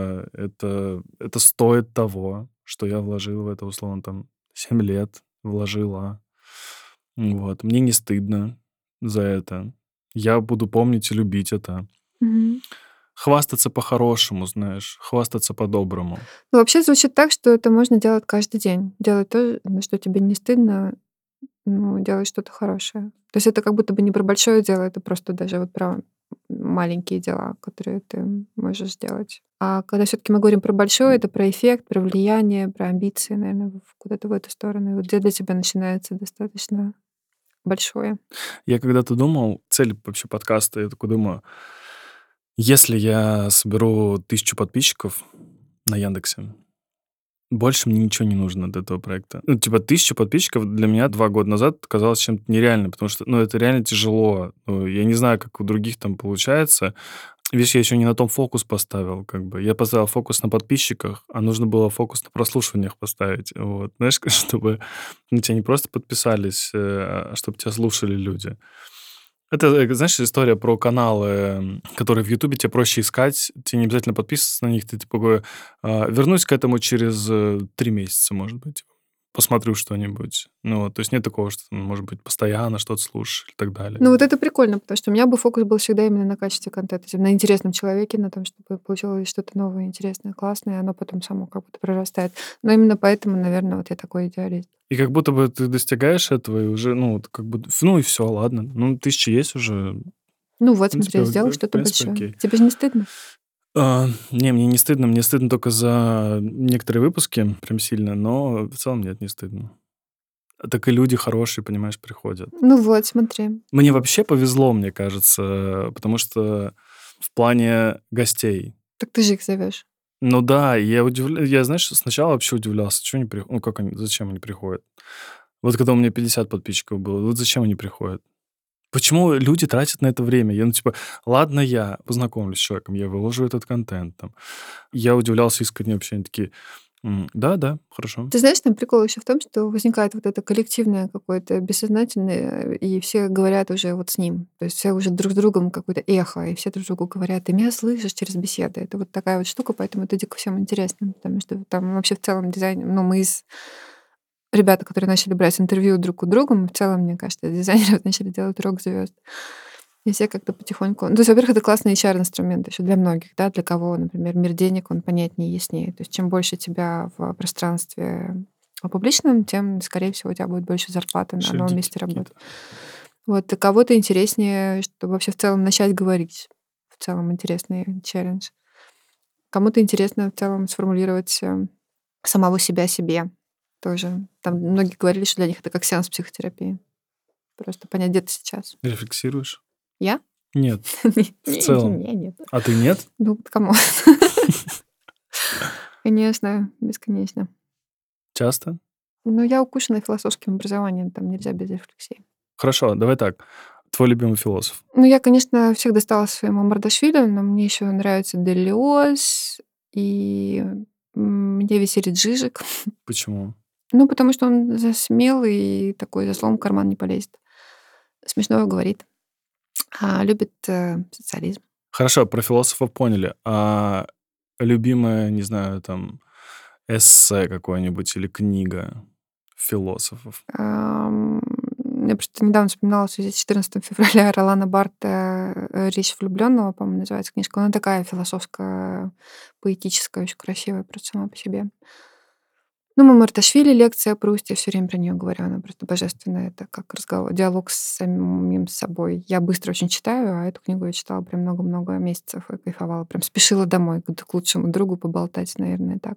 это стоит того, что я вложил в это, условно, там, 7 лет вложила. Вот. Мне не стыдно за это. Я буду помнить и любить это. Мгм. Хвастаться по-хорошему, знаешь, хвастаться по-доброму. Ну, вообще звучит так, что это можно делать каждый день. Делать то, на что тебе не стыдно, ну, делать что-то хорошее. То есть это как будто бы не про большое дело, это просто даже вот про маленькие дела, которые ты можешь сделать. А когда все-таки мы говорим про большое, это про эффект, про влияние, про амбиции, наверное, куда-то в эту сторону. И вот где для тебя начинается достаточно большое. Я когда-то думал, цель вообще подкаста, я такой думаю, если я соберу 1000 подписчиков на Яндексе, больше мне ничего не нужно от этого проекта. Ну, типа, 1000 подписчиков для меня 2 года назад казалось чем-то нереальным, потому что, ну, это реально тяжело. Ну, я не знаю, как у других там получается. Видишь, я еще не на том фокус поставил, как бы. Я поставил фокус на подписчиках, а нужно было фокус на прослушиваниях поставить. Вот. Знаешь, чтобы тебя не просто подписались, а чтобы тебя слушали люди. Это, знаешь, история про каналы, которые в Ютубе тебе проще искать, тебе не обязательно подписываться на них, ты такой, вернусь к этому через 3 месяца, может быть, посмотрю что-нибудь. Ну, вот, то есть нет такого, что, может быть, постоянно что-то слушаешь и так далее. Ну вот это прикольно, потому что у меня бы фокус был всегда именно на качестве контента, на интересном человеке, на том, чтобы получилось что-то новое, интересное, классное, и оно потом само как будто прорастает. Но именно поэтому, наверное, вот я такой идеалист. И как будто бы ты достигаешь этого, и уже, ну, вот как бы, ну и все, ладно. Ну, 1000 есть уже, Ну вот, в принципе, смотри, сделал в что-то принципе, большое. окей. Тебе же не стыдно? Не, мне не стыдно. Мне стыдно только за некоторые выпуски, прям сильно, но в целом нет, не стыдно. Так и люди хорошие, понимаешь, приходят. Ну вот, смотри. Мне вообще повезло, мне кажется, потому что в плане гостей. Так ты же их зовешь. Ну да, я, знаешь, сначала вообще удивлялся, что они приходят, ну как они, зачем они приходят. Вот когда у меня 50 подписчиков было, вот зачем они приходят? Почему люди тратят на это время? Я, ну, типа, ладно, я познакомлюсь с человеком, я выложу этот контент там. Я удивлялся искренне вообще, они такие, да, хорошо. Ты знаешь, там прикол еще в том, что возникает вот это коллективное какое-то бессознательное, и все говорят уже вот с ним. То есть все уже друг с другом какое-то эхо, и все друг другу говорят, ты меня слышишь через беседы. Это вот такая вот штука, поэтому это дико всем интересно, потому что там вообще в целом дизайн, ну, мы из ребята, которые начали брать интервью друг у друга, мы в целом, мне кажется, дизайнеров начали делать рок-звезд. И все как-то потихоньку... Ну, то есть, во-первых, это классный HR-инструмент еще для многих, да, для кого, например, мир денег, он понятнее и яснее. То есть чем больше тебя в пространстве публичном, тем, скорее всего, у тебя будет больше зарплаты на новом Шильдики месте работы. какие-то. Вот, и кого-то интереснее, чтобы вообще в целом начать говорить. В целом интересный челлендж. Кому-то интересно в целом сформулировать самого себя себе тоже. Там многие говорили, что для них это как сеанс психотерапии. Просто понять, где ты сейчас. Рефлексируешь? Я? Нет, в целом. Нет. А ты нет? Ну, кому? Конечно, бесконечно. Часто? Но я укушена философским образованием, там нельзя без рефлексии. Хорошо, давай так. Твой любимый философ? Ну, я, конечно, всех достала своему Мардашвили, но мне еще нравится Делиоз, и мне веселит Жижик. Почему? Ну, потому что он смелый и такой, за словом в карман не полезет. Смешно говорит. Любит социализм. Хорошо, про философов поняли. А любимое, не знаю, там, эссе какое-нибудь или книга философов? Я просто недавно вспоминала в связи с 14 февраля Ролана Барта «Речь влюбленного», по-моему, называется книжка. Она такая философская, поэтическая, очень красивая просто сама по себе. Ну, Мамарташвили, лекция о Прусте, я все время про нее говорю, она просто божественная. Это как разговор, диалог с самим собой. Я быстро очень читаю, а эту книгу я читала прям много-много месяцев и кайфовала. Прям спешила домой к лучшему другу поболтать, наверное, так.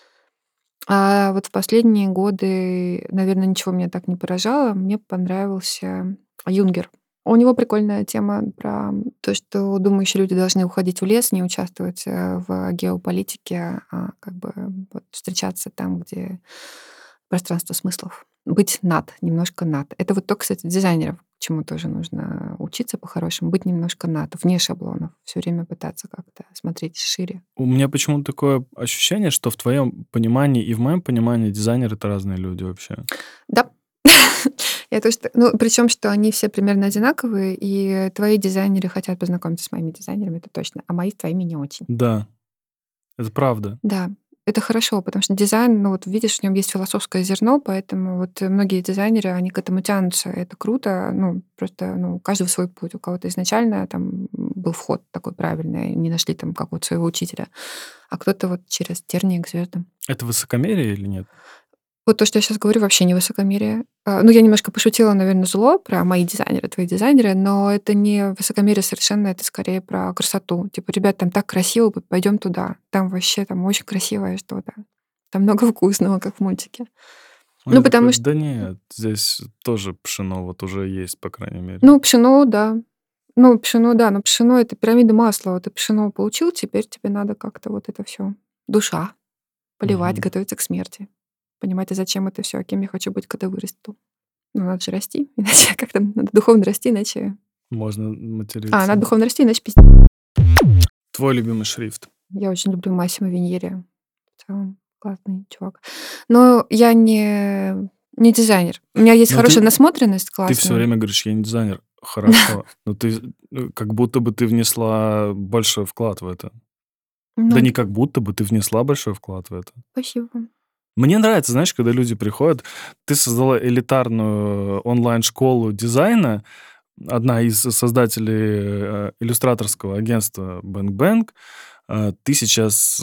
А вот в последние годы, наверное, ничего меня так не поражало. Мне понравился Юнгер. У него прикольная тема про то, что думающие люди должны уходить в лес, не участвовать в геополитике, а как бы вот встречаться там, где пространство смыслов. Быть немножко над. Это вот то, кстати, дизайнеров, чему тоже нужно учиться по-хорошему. Быть немножко над, вне шаблонов. Все время пытаться как-то смотреть шире. У меня почему-то такое ощущение, что в твоем понимании и в моем понимании дизайнеры — это разные люди вообще. Да. Я тоже... Ну, причем, что они все примерно одинаковые, и твои дизайнеры хотят познакомиться с моими дизайнерами, это точно, а мои с твоими не очень. Да, это правда. Да, это хорошо, потому что дизайн, ну вот видишь, в нем есть философское зерно, поэтому вот многие дизайнеры, они к этому тянутся, это круто, ну просто, ну, у каждого свой путь, у кого-то изначально там был вход такой правильный, не нашли там какого-то своего учителя, а кто-то вот через тернии к звездам. Это высокомерие или нет? Вот то, что я сейчас говорю, вообще не высокомерие. Ну, я немножко пошутила, наверное, зло про мои дизайнеры, твои дизайнеры, но это не высокомерие совершенно, это скорее про красоту. Типа, ребят, там так красиво, пойдем туда. Там вообще там очень красивое что-то. Там много вкусного, как в мультике. Ну, Ну, я потому такой, что... да нет, здесь тоже пшено вот уже есть, по крайней мере. Ну, пшено, да. Ну, пшено, да, но пшено — это пирамида масла. Ты пшено получил, теперь тебе надо как-то вот это все. Душа. Поливать, Мгм. готовиться к смерти. Понимать, а зачем это все, кем я хочу быть, когда вырасту. Ну, надо же расти, иначе как-то надо духовно расти, иначе... Можно материться. надо духовно расти, иначе пиздец. Твой любимый шрифт? Я очень люблю Массимо Виньери. В целом классный чувак. Но я не дизайнер. У меня есть Но хорошая ты насмотренность все классная. время говоришь, я не дизайнер. Хорошо. Но ты как будто бы ты внесла большой вклад в это. Да Ну, не как будто бы, ты внесла большой вклад в это. спасибо. Мне нравится, знаешь, когда люди приходят, ты создала элитарную онлайн-школу дизайна, одна из создателей иллюстраторского агентства Bang Bang. Ты сейчас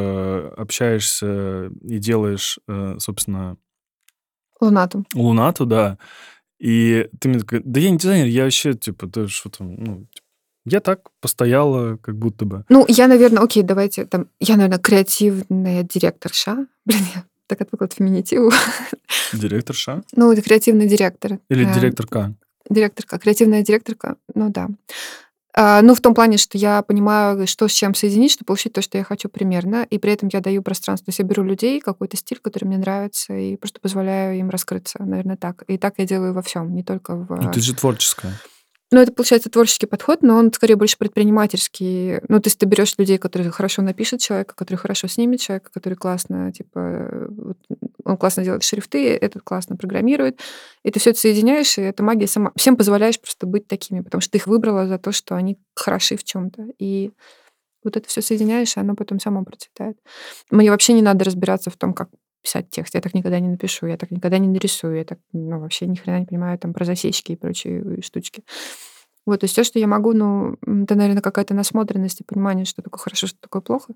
общаешься и делаешь, собственно, Лунатум. Лунату, да. И ты мне такой, да я не дизайнер, я вообще, типа, да что там, ну, Я так постояла, как будто бы. Ну, я, наверное, окей, давайте там, я, наверное, креативная директорша. Блин, я так отвыкла от феминитива. Директорша? Ну, это креативный директор. Или директорка? Директорка, креативная директорка, ну да. Ну, в том плане, что я понимаю, что с чем соединить, чтобы получить то, что я хочу примерно, и при этом я даю пространство. То есть я беру людей, какой-то стиль, который мне нравится, и просто позволяю им раскрыться, наверное, так. И так я делаю во всем, не только Ну, ты же творческая. Ну, это, получается, творческий подход, но он скорее больше предпринимательский. Ну, то есть ты берешь людей, которые хорошо напишут человека, который хорошо снимет человека, который классно, типа, вот, он классно делает шрифты, этот классно программирует, и ты все это соединяешь, и эта магия сама... Всем позволяешь просто быть такими, потому что ты их выбрала за то, что они хороши в чем то. И вот это все соединяешь, и оно потом само процветает. Мне вообще не надо разбираться в том, как писать текст. Я так никогда не напишу, я так никогда не нарисую, я так вообще ни хрена не понимаю там про засечки и прочие штучки. Вот, то есть все, что я могу, ну, это, наверное, какая-то насмотренность и понимание, что такое хорошо, что такое плохо.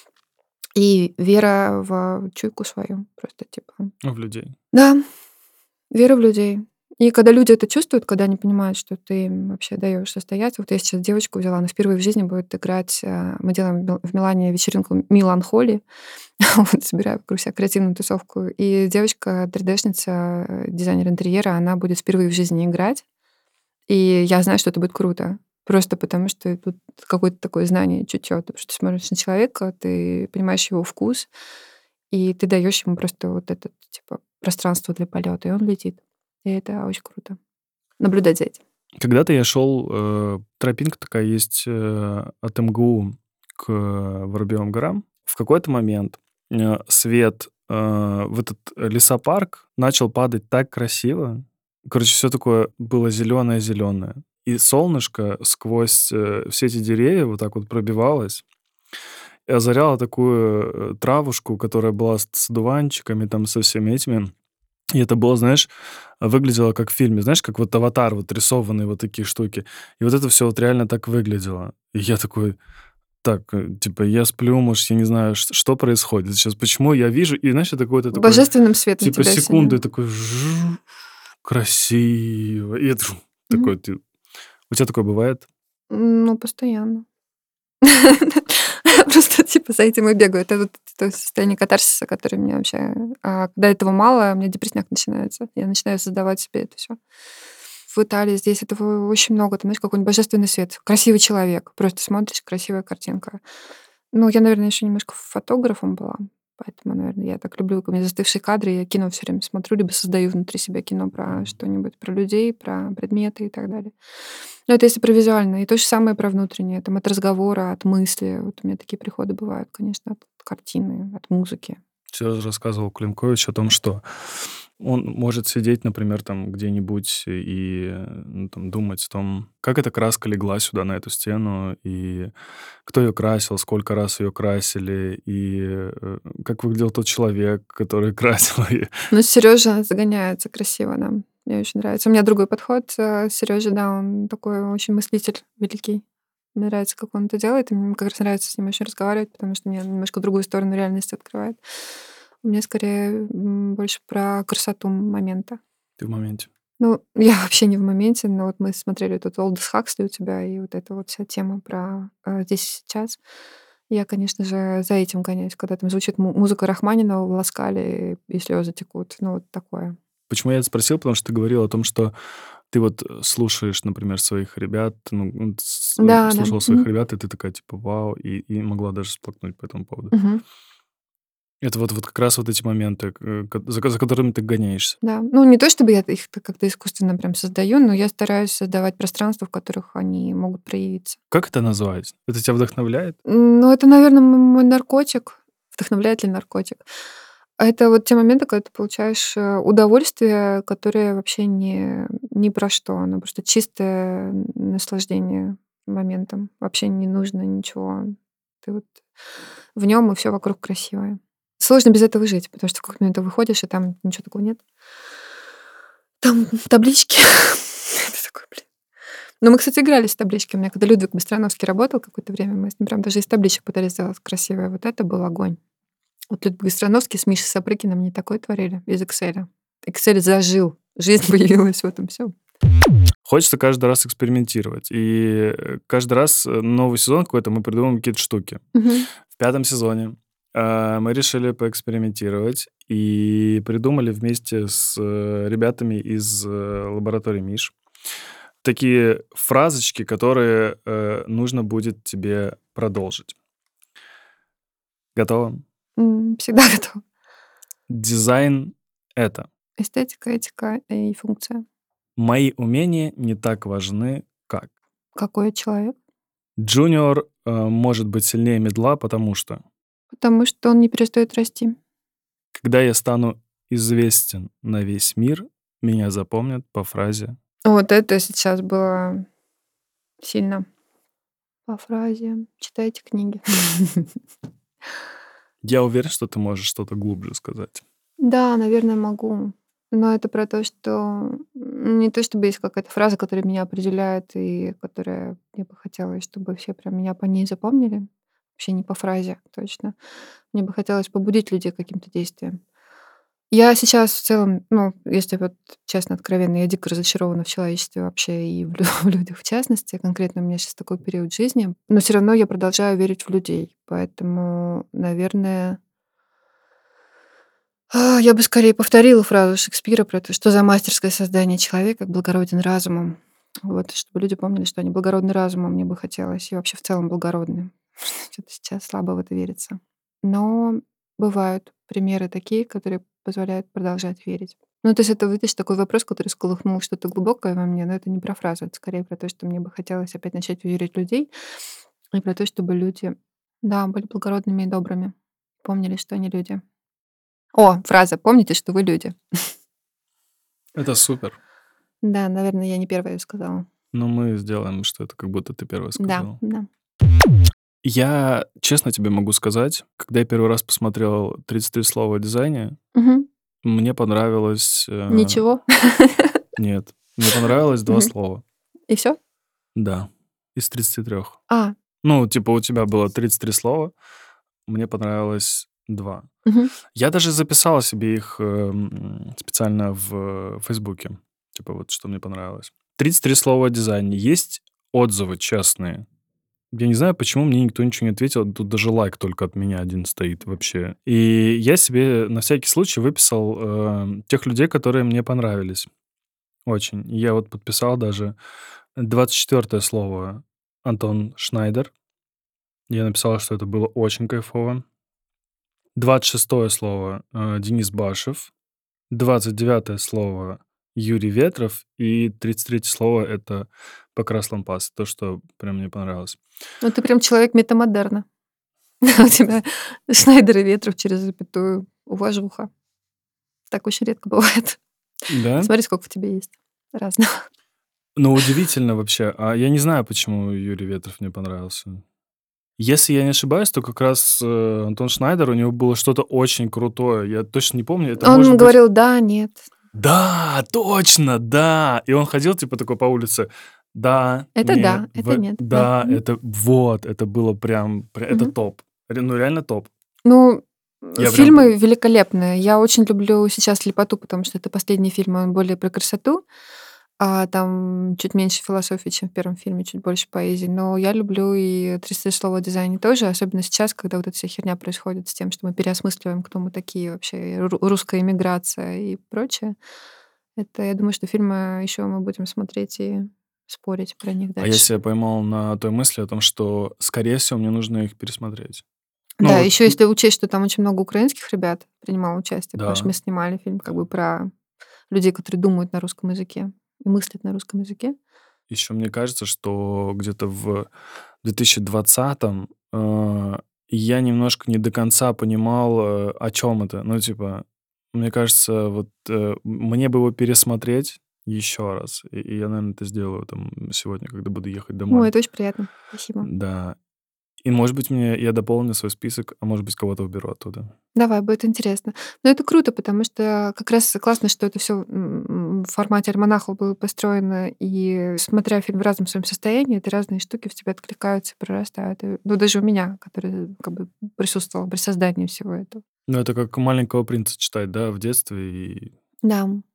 И вера в чуйку свою просто, типа. В людей. Да, вера в людей. И когда люди это чувствуют, когда они понимают, что ты им вообще даешь состояться. Вот я сейчас девочку взяла, она впервые в жизни будет играть. Мы делаем в Милане вечеринку Миланхоли. Вот, собираю вокруг себя креативную тусовку. И девочка, 3D-шница, дизайнер интерьера, она будет впервые в жизни играть. И я знаю, что это будет круто. Просто потому, что тут какое-то такое знание, чутье. Ты просто смотришь на человека, ты понимаешь его вкус, и ты даешь ему просто вот это, типа, пространство для полета, и он летит. И это очень круто. Наблюдать за этим. Когда-то я шел, тропинка такая есть от МГУ к Воробьевым горам. В какой-то момент свет в этот лесопарк начал падать так красиво. Короче, все такое было зеленое-зеленое. И солнышко сквозь все эти деревья вот так вот пробивалось и озаряло такую травушку, которая была с одуванчиками, там, со всеми этими. И это было, знаешь, выглядело как в фильме. Знаешь, как вот «Аватар», вот рисованные вот такие штуки. И вот это все вот реально так выглядело. И я такой, так, типа, я сплю, может, я не знаю, что происходит сейчас, почему я вижу. И, знаешь, это какой-то такой, Божественным светом типа, тебя секунды осеняет. такой, красиво. И это такой, ты... У тебя такое бывает? Ну, постоянно. Просто, типа, за этим и бегаю. Это вот то состояние катарсиса, которое мне вообще... когда этого мало, у меня депрессняк начинается. Я начинаю создавать себе это все. В Италии здесь этого очень много. Там, знаешь, какой-нибудь божественный свет. Красивый человек. Просто смотришь, красивая картинка. Ну, я, наверное, еще немножко фотографом была. Поэтому, наверное, я так люблю, у меня застывшие кадры, я кино все время смотрю, либо создаю внутри себя кино про что-нибудь, про людей, про предметы и так далее. Но это если про визуальное. И то же самое про внутреннее. Там от разговора, от мысли. Вот у меня такие приходы бывают, конечно, от картины, от музыки. Сережа рассказывал Климкович о том, что он может сидеть, например, там где-нибудь и там, думать о том, как эта краска легла сюда, на эту стену, и кто ее красил, сколько раз ее красили, и как выглядел тот человек, который красил ее. Ну, Сережа загоняется красиво, да. Мне очень нравится. У меня другой подход. Сережа, да, он такой очень мыслитель великий. Мне нравится, как он это делает, и мне как раз нравится с ним очень разговаривать, потому что мне немножко другую сторону реальности открывает. У меня скорее больше про красоту момента. Ты в моменте. Ну, я вообще не в моменте, но вот мы смотрели тут Олдос Хаксли у тебя, и вот эта вот вся тема про здесь и сейчас. Я, конечно же, за этим гоняюсь, когда там звучит музыка Рахманинова в Ласкале, и слезы текут. Ну, вот такое. Почему я это спросил? Потому что ты говорил о том, что ты вот слушаешь, например, своих ребят, Да, да. слушал своих ребят, и ты такая, типа, вау, и могла даже всплакнуть по этому поводу. Мгм. Это вот как раз вот эти моменты, за которыми ты гоняешься. Да. Ну, не то чтобы я их как-то искусственно прям создаю, но я стараюсь создавать пространства, в которых они могут проявиться. Как это назвать? Это тебя вдохновляет? Ну, это, наверное, мой наркотик. Вдохновляет ли наркотик? Это вот те моменты, когда ты получаешь удовольствие, которое вообще ни про что. Оно просто чистое наслаждение моментом. Вообще не нужно ничего. Ты вот в нем, и все вокруг красивое. Сложно без этого жить, потому что в какой-то момент ты выходишь, и там ничего такого нет. Там таблички. Ты такой, блин. Ну, мы, кстати, играли с табличками. У меня когда Людвиг Быстроновский работал какое-то время, мы с ним прям даже из табличек пытались сделать красивое. Вот это был огонь. Вот Людвиг Быстроновский с Мишей Сапрыкиным не такое творили из Excel. Excel зажил. Жизнь появилась в этом всем. Хочется каждый раз экспериментировать. И каждый раз новый сезон какой-то мы придумываем какие-то штуки. Мгм. В 5-м сезоне мы решили поэкспериментировать и придумали вместе с ребятами из лаборатории Миш такие фразочки, которые нужно будет тебе продолжить. Готово? Всегда готова. Дизайн — это. Эстетика, этика и функция. Мои умения не так важны, как. Какой человек? Джуниор может быть сильнее медла, потому что. Потому что он не перестает расти. Когда я стану известен на весь мир, меня запомнят по фразе. Вот это сейчас было сильно. По фразе «читайте книги». Я уверен, что ты можешь что-то глубже сказать. Да, наверное, могу. Но это про то, что не то чтобы есть какая-то фраза, которая меня определяет и которая мне бы хотелось, чтобы все прям меня по ней запомнили. Вообще не по фразе, точно. Мне бы хотелось побудить людей к каким-то действиям. Я сейчас в целом, ну, если вот честно, откровенно, я дико разочарована в человечестве вообще и в в людях в частности. Конкретно у меня сейчас такой период жизни. Но все равно я продолжаю верить в людей. Поэтому, наверное, я бы скорее повторила фразу Шекспира про то, что за мастерское создание человека благороден разумом. Вот, чтобы люди помнили, что они благородны разумом, мне бы хотелось. И вообще в целом благородны. Что-то сейчас слабо в это верится. Но бывают примеры такие, которые позволяют продолжать верить. Ну, то есть это, видишь, такой вопрос, который сколыхнул что-то глубокое во мне, но это не про фразу, это скорее про то, что мне бы хотелось опять начать верить в людей, и про то, чтобы люди, да, были благородными и добрыми, помнили, что они люди. О, фраза «помните, что вы люди». Это супер. Да, наверное, я не первая её сказала. Но мы сделаем, что это как будто ты первая Да, сказала. да. Я честно тебе могу сказать, когда я первый раз посмотрел 33 слова о дизайне, Мгм. мне понравилось... Ничего. Нет, мне понравилось 2 Мгм. слова. И все? Да, из 33. А, Ну, типа у тебя было 33 слова, мне понравилось 2. мгм. Я даже записал себе их специально в Фейсбуке. Типа вот что мне понравилось. 33 слова о дизайне. Есть отзывы честные. Я не знаю, почему мне никто ничего не ответил. Тут даже лайк только от меня один стоит вообще. И я себе на всякий случай выписал тех людей, которые мне понравились. Очень. Я вот подписал даже 24 слово Антон Шнайдер. Я написал, что это было очень кайфово. 26 слово Денис Башев. 29 слово Юрий Ветров. И 33 слово это Покрас Лампас. То, что прям мне понравилось. Ну, ты прям человек метамодерна. У тебя Шнайдер и Ветров через запятую. Уважуха. Так очень редко бывает. Да? Смотри, сколько в тебе есть разного. Ну, удивительно вообще. А я не знаю, почему Юрий Ветров мне понравился. Если я не ошибаюсь, то как раз Антон Шнайдер, у него было что-то очень крутое. Я точно не помню. Это может Он быть... говорил «да», «нет». Да, точно, да. И он ходил типа такой по улице. Да, Это нет, да, это нет. Да. да, Мгм. это вот, это было это Мгм. топ. Ну, реально топ. Ну, Я прям... фильмы великолепные. Я очень люблю сейчас «Слепоту», потому что это последний фильм, он более про красоту. А там чуть меньше философии, чем в первом фильме, чуть больше поэзии. Но я люблю и 33 слова о дизайне тоже, особенно сейчас, когда вот эта вся херня происходит с тем, что мы переосмысливаем, кто мы такие вообще, и русская иммиграция и прочее. Это, я думаю, что фильмы еще мы будем смотреть и спорить про них А я дальше. себя поймал на той мысли о том, что, скорее всего, мне нужно их пересмотреть. Да, вот, еще если учесть, что там очень много украинских ребят принимало участие, потому что да. мы снимали фильм как бы про людей, которые думают на русском языке и мыслят на русском языке. Еще мне кажется, что где-то в 2020-м я немножко не до конца понимал, о чем это. Ну, типа, мне кажется, вот мне бы его пересмотреть еще раз. И я, наверное, это сделаю там сегодня, когда буду ехать Ой, домой. это очень приятно. Спасибо. Да. И, может быть, я дополню свой список, а может быть, кого-то уберу оттуда. Давай, будет интересно. Но это круто, потому что как раз классно, что это все в формате альманаха было построено, и смотря фильм в разном своем состоянии, эти разные штуки в тебя откликаются, прорастают. И, ну, даже у меня, который как бы присутствовал при создании всего этого. Ну, это как «Маленького принца» читать, да, в детстве. И Да,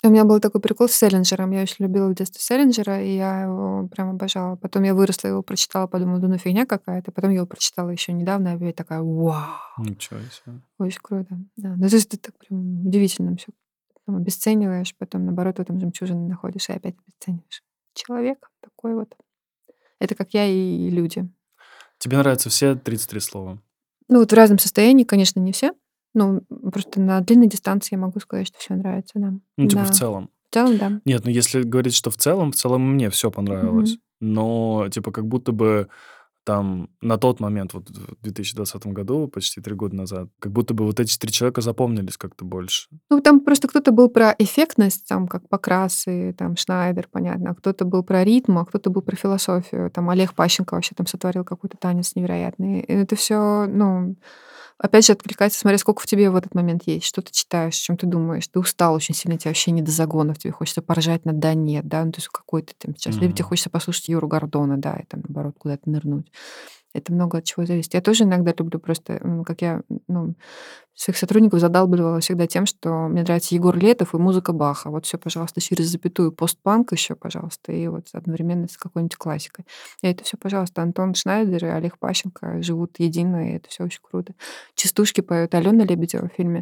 У меня был такой прикол с Селлинджером. Я очень любила в детстве Селлинджера, и я его прям обожала. Потом я выросла, его прочитала, подумала, да ну фигня какая-то. Потом я его прочитала еще недавно, и я такая, вау, Ничего себе. очень круто. Да. Ну, то есть ты так прям удивительно все обесцениваешь, потом, наоборот, в этом жемчужину находишь и опять обесцениваешь. Человек такой вот. Это как я и люди. Тебе нравятся все 33 слова? Ну, вот в разном состоянии, конечно, не все. Ну, просто на длинной дистанции я могу сказать, что все нравится, да. Ну, типа в На целом. в целом, да. Нет, ну если говорить, что в целом мне все понравилось. Мгм. Но, типа, как будто бы там на тот момент, вот в 2020 году, почти 3 года назад, как будто бы вот эти 3 человека запомнились как-то больше. Ну, там просто кто-то был про эффектность, там, как Покрасы, там, Шнайдер, понятно, а кто-то был про ритм, а кто-то был про философию. Там Олег Пащенко вообще там сотворил какой-то танец невероятный. И это все, ну, опять же, откликается, смотря сколько в тебе в этот момент есть, что ты читаешь, о чем ты думаешь. Ты устал очень сильно, тебе вообще не до загонов, тебе хочется поржать на «да», «нет», да, ну, то есть какой ты там сейчас. Либо тебе Мгм. хочется послушать Юру Гордона, да, и там, наоборот, куда-то нырнуть. Это много от чего зависит. Я тоже иногда люблю просто, как я, ну, своих сотрудников задалбливала всегда тем, что мне нравится Егор Летов и музыка Баха. Вот все, пожалуйста, через запятую постпанк еще, пожалуйста, и вот одновременно с какой-нибудь классикой. И это все, пожалуйста, Антон Шнайдер и Олег Пащенко живут едино, и это все очень круто. Частушки поет Алена Лебедева в фильме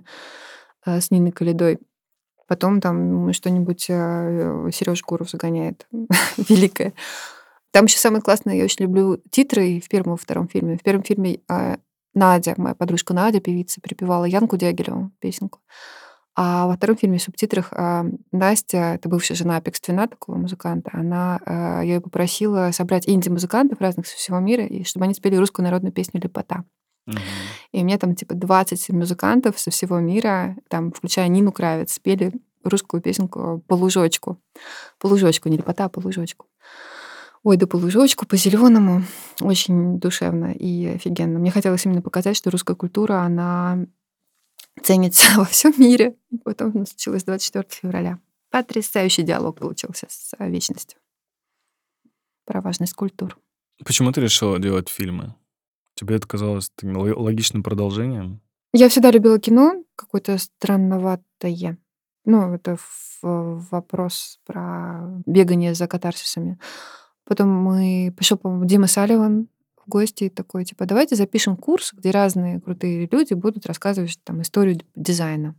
с Ниной Калидой. Потом там что-нибудь Сережа Гуров загоняет. Великое. Там еще самое классное, я очень люблю титры в первом и втором фильме. В первом фильме Надя, моя подружка Надя, певица, припевала Янку Дягилеву песенку. А во втором фильме в субтитрах Настя, это бывшая жена Апекс Твина, такого музыканта, я ее попросила собрать инди-музыкантов разных со всего мира, и чтобы они спели русскую народную песню «Лепота». Мгм. И у меня там типа 20 музыкантов со всего мира, там, включая Нину Кравец, спели русскую песенку по лужочку. По лужочку, не «Лепота», а по лужочку. Ой, да по лужочку, по зеленому. Очень душевно и офигенно. Мне хотелось именно показать, что русская культура, она ценится во всем мире. И потом случилось 24 февраля. Потрясающий диалог получился с вечностью про важность культур. Почему ты решила делать фильмы? Тебе это казалось таким логичным продолжением? Я всегда любила кино, какое-то странноватое. Ну, это вопрос про бегание за катарсисами. Потом пришел, по-моему, Дима Салливан в гости и такой, типа, давайте запишем курс, где разные крутые люди будут рассказывать там историю дизайна.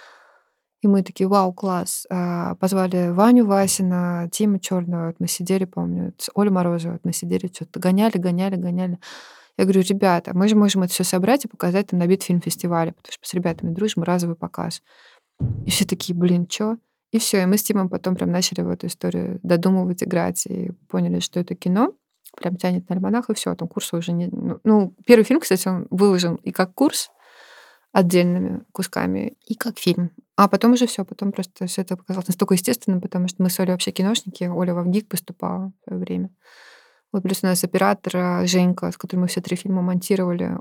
И мы такие, вау, класс. Позвали Ваню Васина, Тима Черного. Мы сидели, помню, с Олей Морозовой. Мы сидели, что-то гоняли. Я говорю, ребята, мы же можем это все собрать и показать там на Битфильм-фестивале, потому что с ребятами дружим, разовый показ. И все такие, блин, чё? И все, и мы с Тимом потом прям начали в эту историю додумывать, играть, и поняли, что это кино, прям тянет на альманах, и все, там курса уже не... Ну, первый фильм, кстати, он выложен и как курс отдельными кусками, и как фильм. А потом уже все, потом просто все это показалось настолько естественным, потому что мы с Олей вообще киношники, Оля во ВГИК поступала в свое время. Вот плюс у нас оператор Женька, с которым мы все 3 фильма монтировали,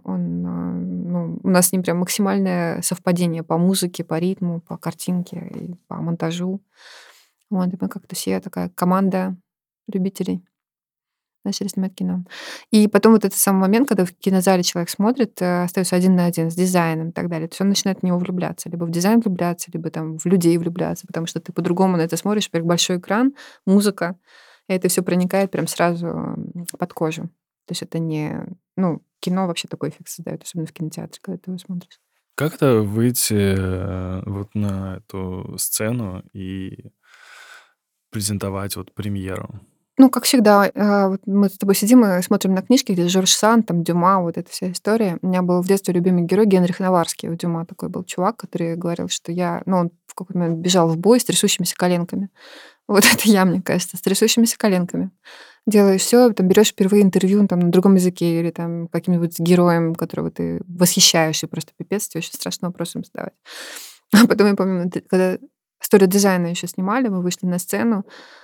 ну, у нас с ним прям максимальное совпадение по музыке, по ритму, по картинке и по монтажу. Вот, и мы как-то все такая команда любителей начали снимать кино. И потом вот этот самый момент, когда в кинозале человек смотрит, остается один на один с дизайном и так далее, то есть он начинает в него влюбляться. Либо в дизайн влюбляться, либо там в людей влюбляться, потому что ты по-другому на это смотришь. Во-первых, большой экран, музыка, и это все проникает прям сразу под кожу. То есть это не... Ну, кино вообще такой эффект создает, особенно в кинотеатре, когда ты его смотришь. Как это выйти вот на эту сцену и презентовать вот премьеру? Ну, как всегда, вот мы с тобой сидим и смотрим на книжки, где Жорж Санд, там, Дюма, вот эта вся история. У меня был в детстве любимый герой Генрих Наварский. У Дюма такой был чувак, который говорил, что он в какой-то момент бежал в бой с трясущимися коленками. Вот это я, мне кажется, с трясущимися коленками. Делаешь все, там берешь впервые интервью там, на другом языке или там каким-нибудь героем, которого ты восхищаешься, просто пипец, тебе очень страшно вопросом задавать. А потом я помню, когда историю дизайна еще снимали, мы вышли на сцену,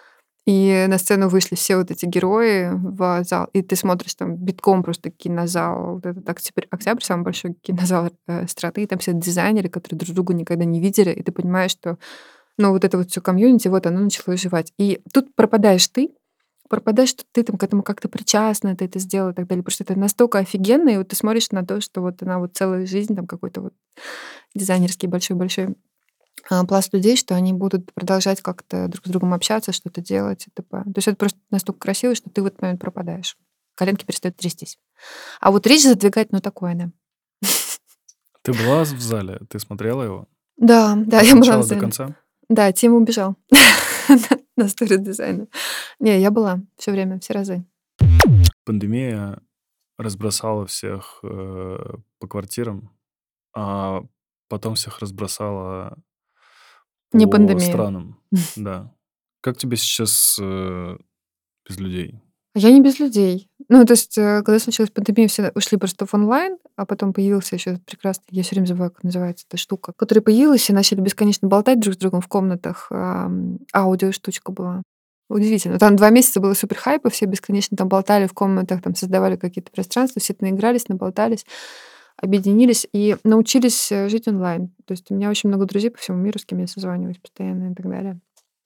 и на сцену вышли все вот эти герои в зал, и ты смотришь там битком просто кинозал, вот этот Октябрь самый большой кинозал страны, и там все дизайнеры, которые друг друга никогда не видели, и ты понимаешь, что вот это вот все комьюнити, вот оно начало оживать. И тут пропадаешь, что ты там к этому как-то причастна, ты это сделала и так далее. Просто это настолько офигенно, и вот ты смотришь на то, что вот она вот целая жизнь, там какой-то вот дизайнерский большой-большой пласт людей, что они будут продолжать как-то друг с другом общаться, что-то делать и т.п. То есть это просто настолько красиво, что ты в этот момент пропадаешь. Коленки перестают трястись. А вот речь задвигать, ну, такое, да. Ты была в зале? Ты смотрела его? Да, От я была в начала до зале. конца? Да, Тима убежал на сторидизайне. Не, я была все время, все разы. Пандемия разбросала всех по квартирам, а потом всех разбросала Не по пандемия. странам. Да. Как тебе сейчас без людей? Я не без людей. Ну, то есть, когда случилась пандемия, все ушли просто в онлайн, а потом появился еще этот прекрасный, я все время забываю, как называется эта штука, которая появилась, и начали бесконечно болтать друг с другом в комнатах. Аудиоштучка была. Удивительно. Там 2 месяца было супер хайпа, все бесконечно там болтали в комнатах, там создавали какие-то пространства, все наигрались, наболтались, объединились и научились жить онлайн. То есть у меня очень много друзей по всему миру, с кем я созваниваюсь постоянно и так далее.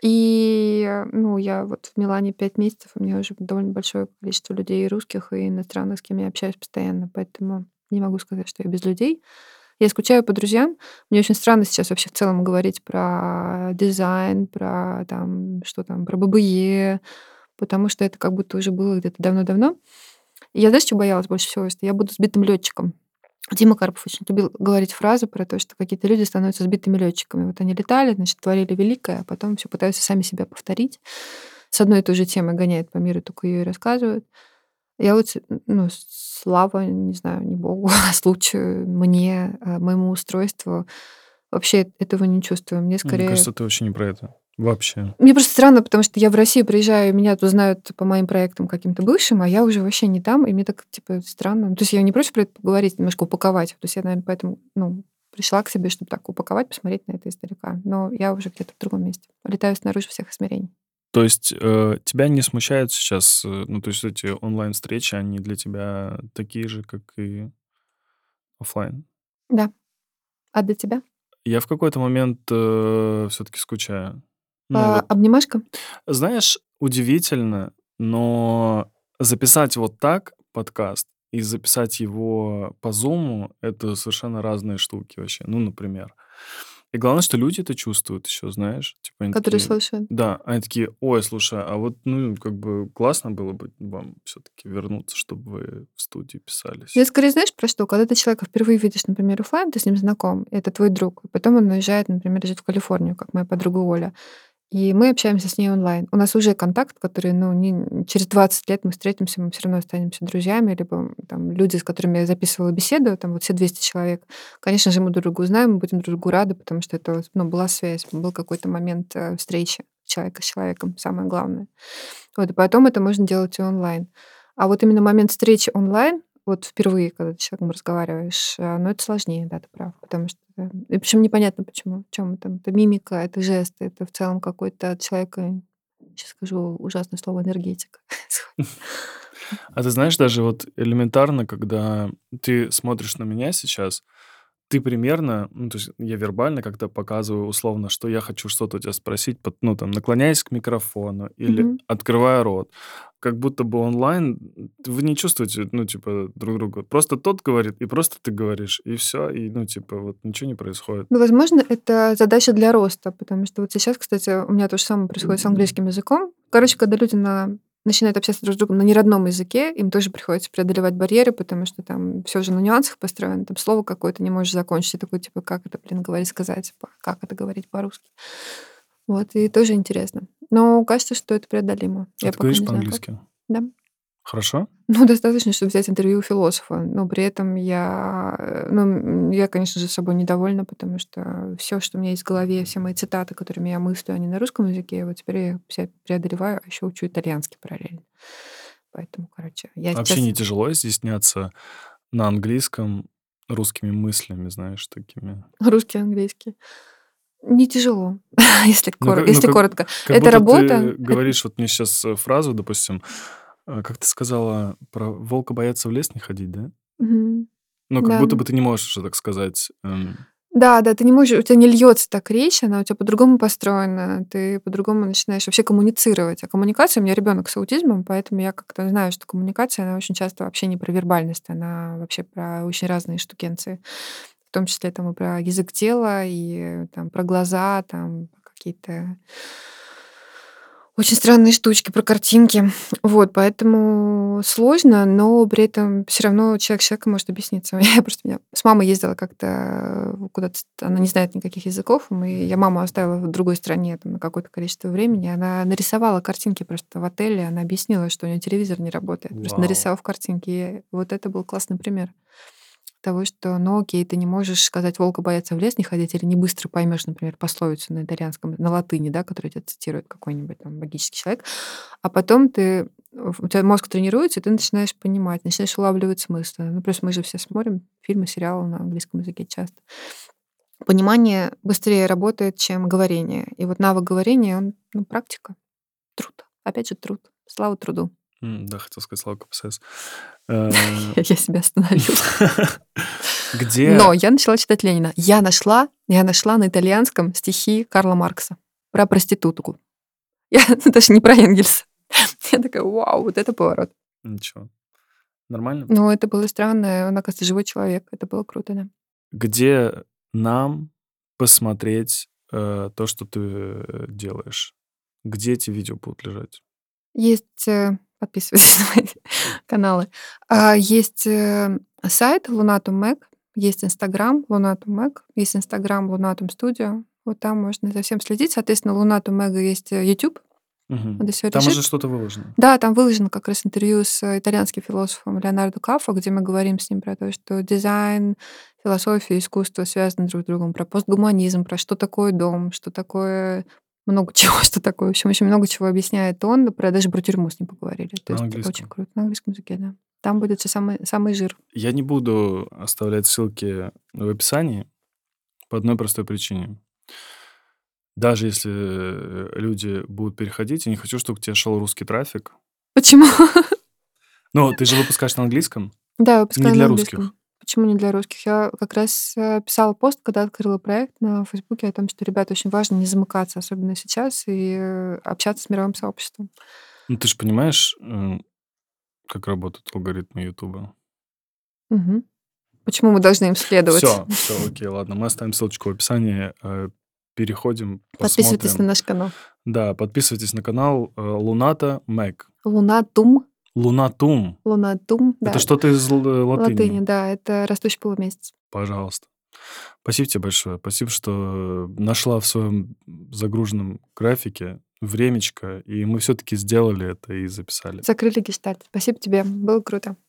И, ну, я вот в Милане 5 месяцев, у меня уже довольно большое количество людей и русских, и иностранных, с кем я общаюсь постоянно, поэтому не могу сказать, что я без людей. Я скучаю по друзьям. Мне очень странно сейчас вообще в целом говорить про дизайн, про там, что там, про ББЕ, потому что это как будто уже было где-то давно-давно. И я, знаешь, чего боялась больше всего? Что я буду сбитым летчиком. Дима Карпов очень любил говорить фразу про то, что какие-то люди становятся сбитыми летчиками. Вот они летали, значит, творили великое, а потом все пытаются сами себя повторить. С одной и той же темой гоняют по миру, только ее и рассказывают. Я вот, ну, слава, не знаю, не Богу, а случаю, мне, моему устройству, вообще этого не чувствую. Мне Мне скорее кажется, ты вообще не про это. Вообще. мне просто странно, потому что я в Россию приезжаю, и меня тут знают по моим проектам каким-то бывшим, а я уже вообще не там, и мне так, типа, странно. Ну, то есть я не против про это поговорить, немножко упаковать. То есть я, наверное, поэтому, ну, пришла к себе, чтобы так упаковать, посмотреть на это издалека. Но я уже где-то в другом месте. Летаю снаружи всех измерений. То есть тебя не смущает сейчас, ну, то есть эти онлайн-встречи, они для тебя такие же, как и оффлайн? Да. А для тебя? Я в какой-то момент все-таки скучаю. Ну вот, Обнимашка? знаешь, удивительно, но записать вот так подкаст и записать его по зуму — это совершенно разные штуки вообще. Ну, например. И главное, что люди это чувствуют еще, знаешь. Типа они Которые такие, слушают. да, они такие, ой, слушай, а вот, ну, как бы классно было бы вам все-таки вернуться, чтобы вы в студии Я писались. скорее, знаешь, про что? Когда ты человека впервые видишь, например, оффлайн, ты с ним знаком, и это твой друг, и потом он уезжает, например, жить в Калифорнию, как моя подруга Оля. И мы общаемся с ней онлайн. У нас уже контакт, который, ну, через 20 лет мы встретимся, мы все равно останемся друзьями, либо там люди, с которыми я записывала беседу, там вот все 200 человек. Конечно же, мы друг друга узнаем, мы будем друг другу рады, потому что это, ну, была связь, был какой-то момент встречи человека с человеком, самое главное. Вот, и потом это можно делать и онлайн. А вот именно момент встречи онлайн, вот впервые, когда ты с человеком разговариваешь, ну, это сложнее, да, ты прав. Потому что, и причем непонятно почему. В чем это? Это мимика, это жесты, это в целом какой-то от человека, сейчас скажу ужасное слово, энергетика. А ты знаешь, даже вот элементарно, когда ты смотришь на меня сейчас, ты примерно, ну, то есть я вербально как-то показываю условно, что я хочу что-то у тебя спросить, ну, там, наклоняясь к микрофону или Мгм. открывая рот. Как будто бы онлайн вы не чувствуете, ну, типа, друг друга. Просто тот говорит, и просто ты говоришь, и все, и, ну, типа, вот ничего не происходит. Ну, возможно, это задача для роста, потому что вот сейчас, кстати, у меня то же самое происходит с английским языком. Короче, когда люди начинают общаться друг с другом на неродном языке, им тоже приходится преодолевать барьеры, потому что там все же на нюансах построено, там слово какое-то не можешь закончить, и такой, типа, как это, блин, говорить, сказать, как это говорить по-русски. Вот, и тоже интересно. Но кажется, что это преодолимо. А Я ты пока говоришь не знаю как. по-английски? Да. Хорошо? Ну, достаточно, чтобы взять интервью у философа. Но при этом я, конечно же, собой недовольна, потому что все, что у меня есть в голове, все мои цитаты, которыми я мыслю, они на русском языке, вот теперь я их все преодолеваю, а еще учу итальянский параллельно. Поэтому, короче, я А вообще сейчас не тяжело изъясняться на английском русскими мыслями, знаешь, такими? русский, английский. Не тяжело, если Ну, если коротко. как Это будто работа. ты говоришь, вот мне сейчас фразу, допустим, как ты сказала, про волка бояться в лес не ходить, да? Мгм. Ну, как Да. будто бы ты не можешь уже так сказать. Да, да, ты не можешь, у тебя не льется так речь, она у тебя по-другому построена, ты по-другому начинаешь вообще коммуницировать. А коммуникация, у меня ребенок с аутизмом, поэтому я как-то знаю, что коммуникация, она очень часто вообще не про вербальность, она вообще про очень разные штукенции. В том числе там и про язык тела, и там про глаза, там какие-то очень странные штучки, про картинки. Вот, поэтому сложно, но при этом все равно человек человека может объясниться. Я с мамой ездила как-то куда-то, она не знает никаких языков, я маму оставила в другой стране там, на какое-то количество времени, она нарисовала картинки просто в отеле, она объяснила, что у нее телевизор не работает, просто Вау. нарисовав картинки. И вот это был классный пример того, что, ну окей, ты не можешь сказать волка бояться в лес не ходить, или не быстро поймешь, например, пословицу на итальянском, на латыни, да, которую тебя цитирует какой-нибудь там магический человек, а потом у тебя мозг тренируется, и ты начинаешь понимать, начинаешь улавливать смыслы. Ну, плюс мы же все смотрим фильмы, сериалы на английском языке часто. Понимание быстрее работает, чем говорение. И вот навык говорения, он, ну, практика, труд. Опять же, труд. Слава труду. Да, хотел сказать слава КПСС. Я себя остановила. Где... Но я начала читать Ленина. Я нашла на итальянском стихи Карла Маркса про проститутку. Даже не про Энгельса. Я такая, вау, вот это поворот. Ничего. Нормально? Но это было странно. Он, оказывается, живой человек. Это было круто, да. Где нам посмотреть то, что ты делаешь? Где эти видео будут лежать? Есть, подписывайтесь на мои каналы. Есть сайт Lunatum Mag, есть Инстаграм Lunatum Mag, есть Инстаграм Lunatum Studio. Вот там можно за всем следить. Соответственно, у Lunatum Mag есть YouTube. Это всё Там лежит. уже что-то выложено. Да, там выложено как раз интервью с итальянским философом Леонардо Каффо, где мы говорим с ним про то, что дизайн, философия, искусство связаны друг с другом, про постгуманизм, про что такое дом, что такое много чего, что такое. В общем, очень много чего объясняет он. Даже про тюрьму с ним поговорили. То На есть английском. очень круто. На английском языке, да. Там будет все самый жир. Я не буду оставлять ссылки в описании по одной простой причине. Даже если люди будут переходить, я не хочу, чтобы к тебе шел русский трафик. Почему? Ну, ты же выпускаешь на английском? Да, Не выпускаю для на английском. русских. Почему не для русских? Я как раз писала пост, когда открыла проект на Фейсбуке о том, что, ребята, очень важно не замыкаться, особенно сейчас, и общаться с мировым сообществом. Ну, ты же понимаешь, как работают алгоритмы Ютуба? Мгм. Почему мы должны им следовать? Все, окей, ладно. Мы оставим ссылочку в описании. Переходим, Подписывайтесь на посмотрим. наш канал. Да, подписывайтесь на канал Луната Мэг. Лунатум. Лунатум. Лунатум, Это да. что-то из Латыни, латыни. да, это растущий полумесяц. Пожалуйста. Спасибо тебе большое. Спасибо, что нашла в своем загруженном графике времечко, и мы все-таки сделали это и записали. Закрыли гештальт. Спасибо тебе, было круто.